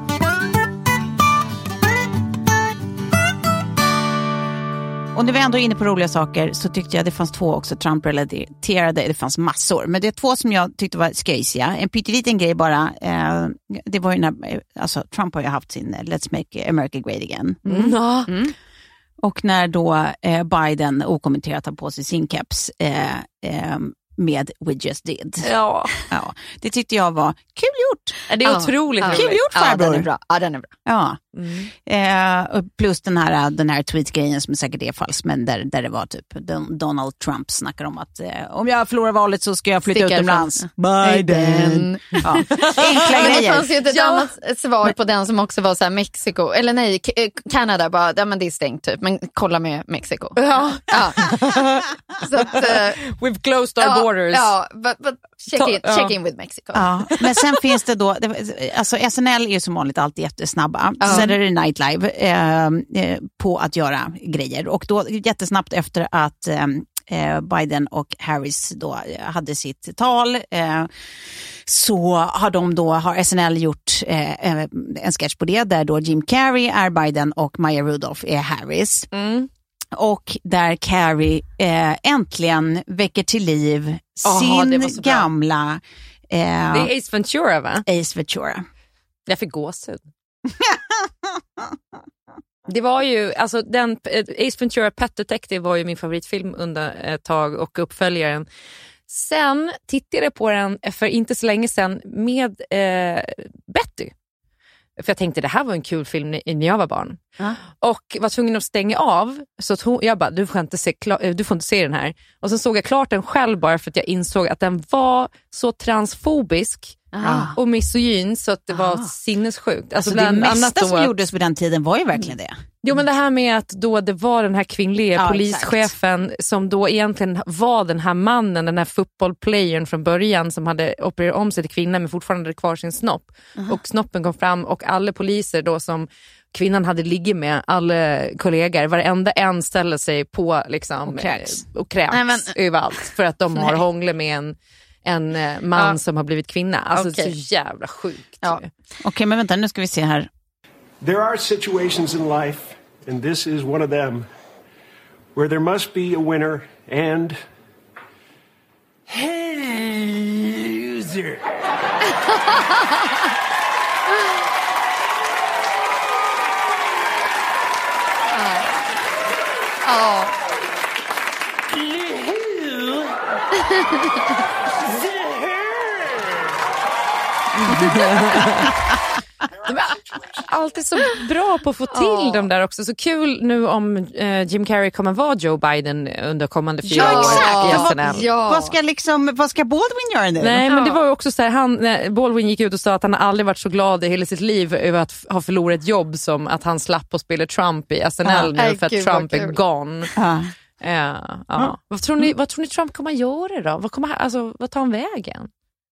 Och när vi ändå är inne på roliga saker så tyckte jag det fanns 2 också Trump-relaterade, det fanns massor. Men det är 2 som jag tyckte var skräsiga. En pytteliten grej bara, det var ju när, alltså Trump har ju haft sin Let's Make America Great Again. Och när då Biden okommenterat har på sig sin caps med We Just Did. Ja, det tyckte jag var kul gjort. Det är otroligt kul gjort, farbror. Den är bra. Ja. Plus den här tweet-grejen som säkert är falsk, men där det var typ Donald Trump snackar om att om jag förlorar valet så ska jag flytta utomlands. Biden. Ja. Enkla grejer. Det fanns ju ett annat svar på den som också var så här Mexiko, eller nej, Kanada bara, ja men det är stängt typ, men kolla med Mexiko. Ja. Så att, we've closed our borders. Ja, but check in with Mexico. Ja. Men sen finns det då, alltså SNL är ju som vanligt alltid jättesnabba. Sen är det Night Live på att göra grejer. Och då jättesnabbt efter att Biden och Harris då hade sitt tal så har SNL gjort en sketch på det där då Jim Carrey är Biden och Maya Rudolph är Harris. Och där Carrie äntligen väcker till liv sin gamla... det är Ace Ventura, va? Ace Ventura. Jag fick gåshud. Det var ju, alltså den Ace Ventura Pet Detective var ju min favoritfilm under ett tag och uppföljaren. Sen tittade jag på den för inte så länge sedan med Betty. För jag tänkte det här var en kul film när jag var barn. Och var tvungen att stänga av. Så att jag bara, du får inte se den här. Och så såg jag klart den själv bara för att jag insåg att den var så transfobisk och misogyn så att det var sinnessjukt. Alltså det mesta som gjordes på den tiden var ju verkligen det. Jo, men det här med att då det var den här kvinnliga polischefen som då egentligen var den här mannen, den här fotbollsplayern från början som hade opererat om sig till kvinna men fortfarande hade kvar sin snopp. Och snoppen kom fram och alla poliser då som kvinnan hade ligget med, alla kollegor, varenda en ställer sig på liksom, och kräks överallt för att de har hånglat med en man som har blivit kvinna. Alltså det är så jävla sjukt. Okej, men vänta, nu ska vi se här. There are situations in life, and this is one of them, where there must be a winner and a loser. De är alltid så bra på att få till dem där också. Så kul nu om Jim Carrey kommer vara Joe Biden under kommande 4 år i SNL. Vad ska Baldwin göra nu? Nej, men det var ju också så här, Baldwin gick ut och sa att han aldrig varit så glad i hela sitt liv över att ha förlorat ett jobb som att han slapp att spela Trump i SNL nu för att Trump är gone. Vad tror ni Trump kommer göra då? Vad tar han vägen?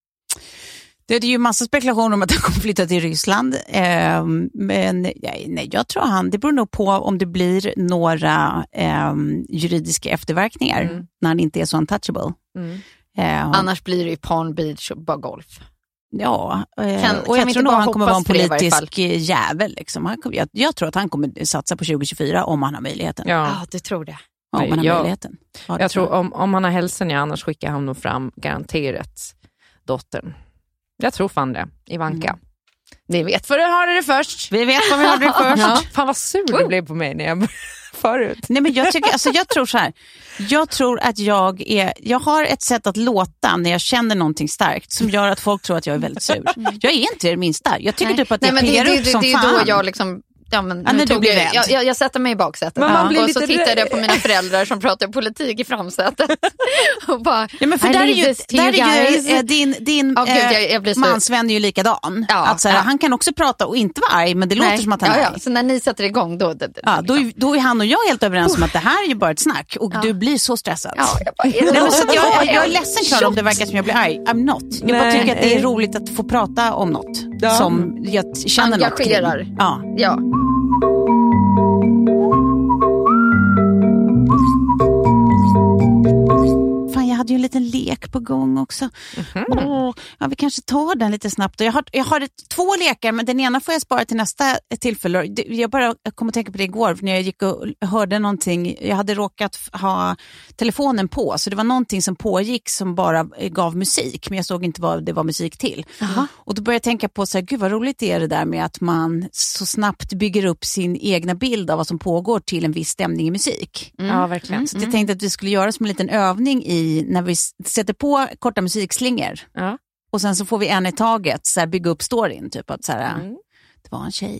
Det är ju massa spekulationer om att han kommer flytta till Ryssland. Men nej, jag tror det beror nog på om det blir några juridiska efterverkningar när han inte är så untouchable. Annars blir det ju Palm Beach och bara golf. Ja, och jag tror nog han kommer vara en politisk jävel. Liksom. Jag tror att han kommer satsa på 2024 om han har möjligheten. Ja, du tror det. Om han har möjligheten. Jag tror om han har hälsan, annars skickar han nog fram garanterat dottern. Jag tror fan det, Ivanka. Ni vet vad du hörde det först. Vi vet vad vi hörde det först. Ja. Fan vad sur du blev på mig när jag förut. Nej, men jag tror så här. Jag tror att jag har ett sätt att låta när jag känner någonting starkt som gör att folk tror att jag är väldigt sur. Jag är inte det minsta. Jag tycker typ att det piggar upp som fan. Det är då jag liksom... jag sätter mig i baksätet och så tittar jag på mina föräldrar som pratar politik i framsätet och bara, men för där är ju din mansvän är ju likadan att så här, han kan också prata och inte vara arg, men det låter som att han är arg. Så när ni sätter igång då är han och jag helt överens om att det här är ju bara ett snack och du blir så stressad. Jag är ledsen Klara om det verkar som jag blir arg. I'm not. Jag bara tycker att det är roligt att få prata om något som jag känner engagerar. Något ja. Fan, jag hade ju en liten lek på gång också. Vi kanske tar den lite snabbt. Jag har 2 lekar, men den ena får jag spara till nästa tillfälle. Jag kom att tänka på det igår när jag gick och hörde någonting. Jag hade råkat ha telefonen på, så det var någonting som pågick som bara gav musik, men jag såg inte vad det var musik till. Och då började jag tänka på så här, gud vad roligt är det där med att man så snabbt bygger upp sin egna bild av vad som pågår till en viss stämning i musik. Ja, verkligen. Så jag tänkte att vi skulle göra som en liten övning när vi sätter på korta musikslingor. Och sen så får vi en i taget så här, bygga upp storyn typ att så här, det var en tjej.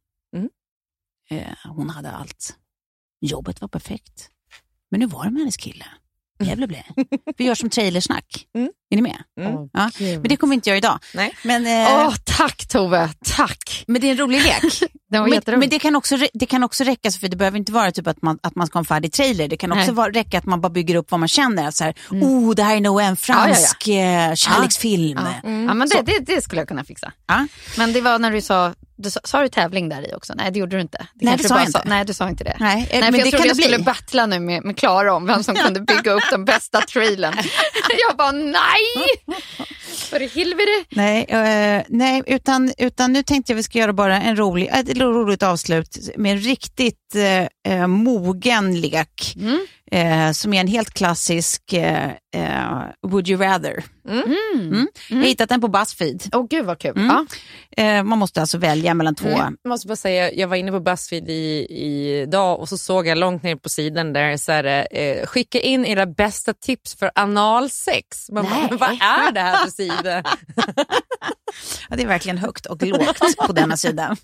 Hon hade allt. Jobbet var perfekt. Men nu var det med hennes kille. Jävlar. Vi gör som trailersnack. Är ni med? Ja. Men det kommer vi inte göra idag. Nej. Men, tack Tove, tack. Men det är en rolig lek. Men det kan också räcka, för det behöver inte vara typ att man ska ha en färdig trailer. Det kan också räcka att man bara bygger upp vad man känner. Så här, det här är nog en fransk kärleksfilm. Ja, men det skulle jag kunna fixa. Men det var när du sa du tävling där i också? Nej, det gjorde du inte. Nej, det sa jag inte. Nej, du sa inte det. Nej, men jag trodde jag skulle battla nu med Klara om vem som kunde bygga upp den bästa trailern. Jag bara, nej! För det helvete. Nej, utan nu tänkte jag vi ska göra bara ett roligt avslut med en riktigt mogen lek. Som är en helt klassisk Would You Rather. Jag har hittat den på BuzzFeed. Gud vad kul. Man måste alltså välja mellan 2. Jag måste bara säga, jag var inne på BuzzFeed idag och så såg jag långt ner på sidan där så här, skicka in era bästa tips för analsex. Vad är det här för sida? Ja, det är verkligen högt och lågt på denna sidan.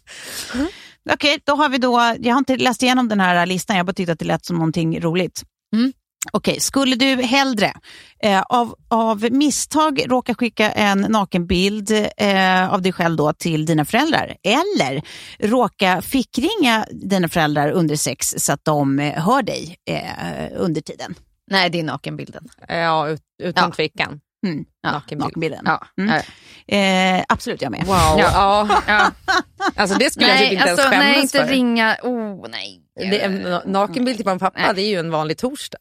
Okej, då har vi jag har inte läst igenom den här listan, jag har bara tyckt att det lät som någonting roligt. Okej, skulle du hellre av misstag råka skicka en nakenbild av dig själv då till dina föräldrar, eller råka fickringa dina föräldrar under sex så att de hör dig under tiden? Nej, det är nakenbilden. Ja, utan tvekan. Nakenbilden. Ja. Absolut, jag med. Wow. Ja. Alltså det skulle jag typ inte ens skämmas nej, inte för. ringa. Nej. Det är nakenbild till pappa, nej. Det är ju en vanlig torsdag.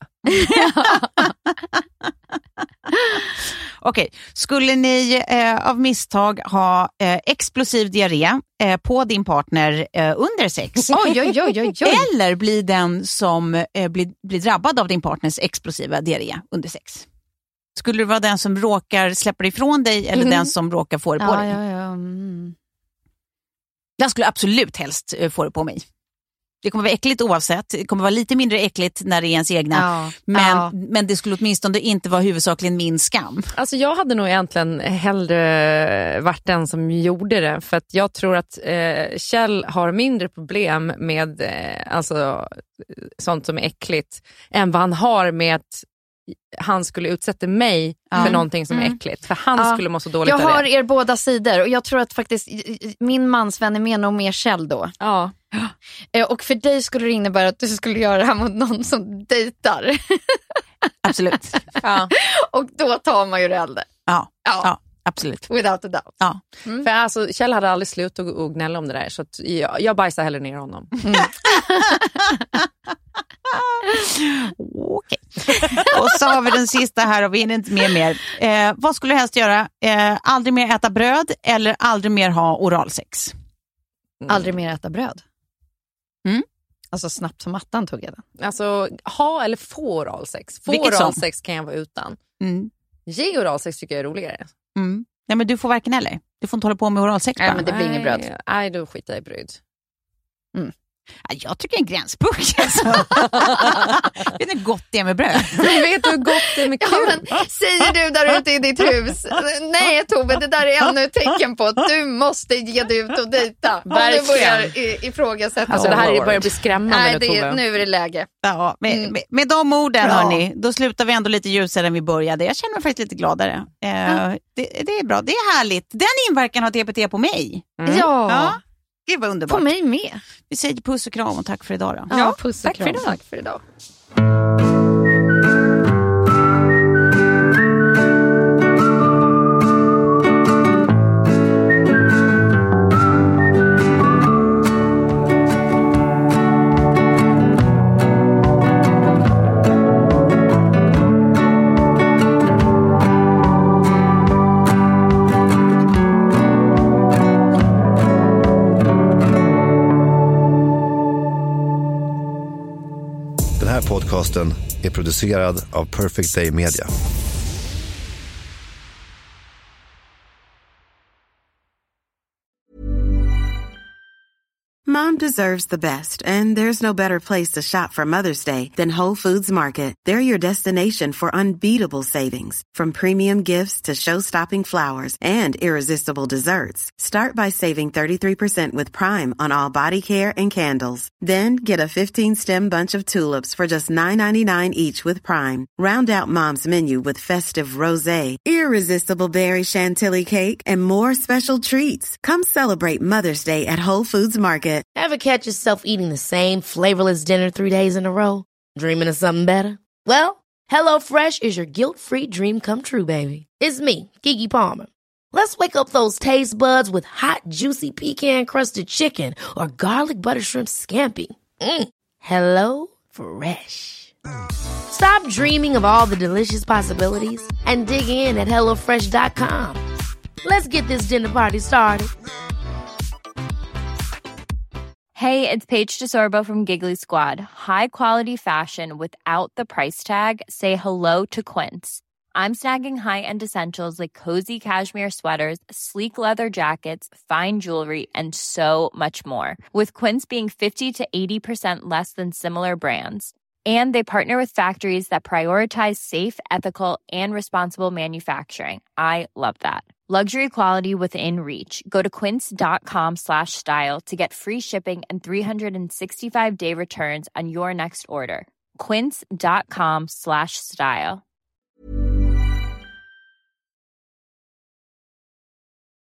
Okej, skulle ni av misstag ha explosiv diarré på din partner under sex? Oj. Eller bli den som blir drabbad av din partners explosiva diarré under sex? Skulle du vara den som råkar släppa ifrån dig eller den som råkar få det på dig? Jag skulle absolut helst få det på mig. Det kommer vara äckligt oavsett. Det kommer vara lite mindre äckligt när det är ens egna. Men det skulle åtminstone inte vara huvudsakligen min skam. Alltså jag hade nog egentligen hellre varit den som gjorde det. För att jag tror att Kjell har mindre problem med alltså, sånt som är äckligt än vad han har med att han skulle utsätta mig för någonting som är äckligt. För han skulle må så dåligt av det. Jag har er båda sidor och jag tror att faktiskt min mansvän är nog mer Kjell då. Ja. Och för dig skulle det innebära att du skulle göra det här mot någon som dejtar. Absolut. Och då tar man ju det äldre. Ja, absolut. Without a doubt. Ja. För alltså, Kjell hade aldrig slutat att gnälla om det där. Så att jag bajsar hellre ner honom. Okej. Och så har vi den sista här och vi hinner inte med mer. Vad skulle du helst göra? Aldrig mer äta bröd eller aldrig mer ha oralsex? Aldrig mer äta bröd. Alltså snabbt som attan tog jag den. Alltså ha eller få oralsex. Få oralsex kan jag vara utan. Ge oralsex tycker jag är roligare. Nej, men du får varken eller. Du får inte hålla på med oralsex. Nej, men det blir inget bröd. Nej, då skiter jag i bröd. Jag tycker en gränspunkt. Alltså. Vet du hur gott det är med bröd? Vet du hur gott det är med kul? Säger du där ute i ditt hus? Nej Tove, det där är ännu ett tecken på att du måste ge dig ut och dejta. Om du börjar ifrågasätta. Alltså det här börjar bli skrämmande. Nej, nu är det läge. Ja, med de orden hörni, då slutar vi ändå lite ljusare än vi började. Jag känner mig faktiskt lite gladare. Det är bra, det är härligt. Den inverkan har TPT på mig. Ja. Det var underbart. På mig med. Vi säger puss och kram och tack för idag då. Ja, puss och tack kram. för idag. Tack för idag. Podcasten är producerad av Perfect Day Media. Mom deserves the best, and there's no better place to shop for Mother's Day than Whole Foods Market. They're your destination for unbeatable savings, from premium gifts to show-stopping flowers and irresistible desserts. Start by saving 33% with Prime on all body care and candles. Then get a 15-stem bunch of tulips for just $9.99 each with Prime. Round out Mom's menu with festive rosé, irresistible berry chantilly cake, and more special treats. Come celebrate Mother's Day at Whole Foods Market. Ever catch yourself eating the same flavorless dinner 3 days in a row? Dreaming of something better? Well, HelloFresh is your guilt-free dream come true, baby. It's me, Keke Palmer. Let's wake up those taste buds with hot, juicy pecan-crusted chicken or garlic butter shrimp scampi. Hello Fresh. Stop dreaming of all the delicious possibilities and dig in at HelloFresh.com. Let's get this dinner party started. Hey, it's Paige DeSorbo from Giggly Squad. High quality fashion without the price tag. Say hello to Quince. I'm snagging high-end essentials like cozy cashmere sweaters, sleek leather jackets, fine jewelry, and so much more. With Quince being 50 to 80% less than similar brands. And they partner with factories that prioritize safe, ethical, and responsible manufacturing. I love that. Luxury quality within reach. Go to quince.com/style to get free shipping and 365-day returns on your next order. quince.com/style.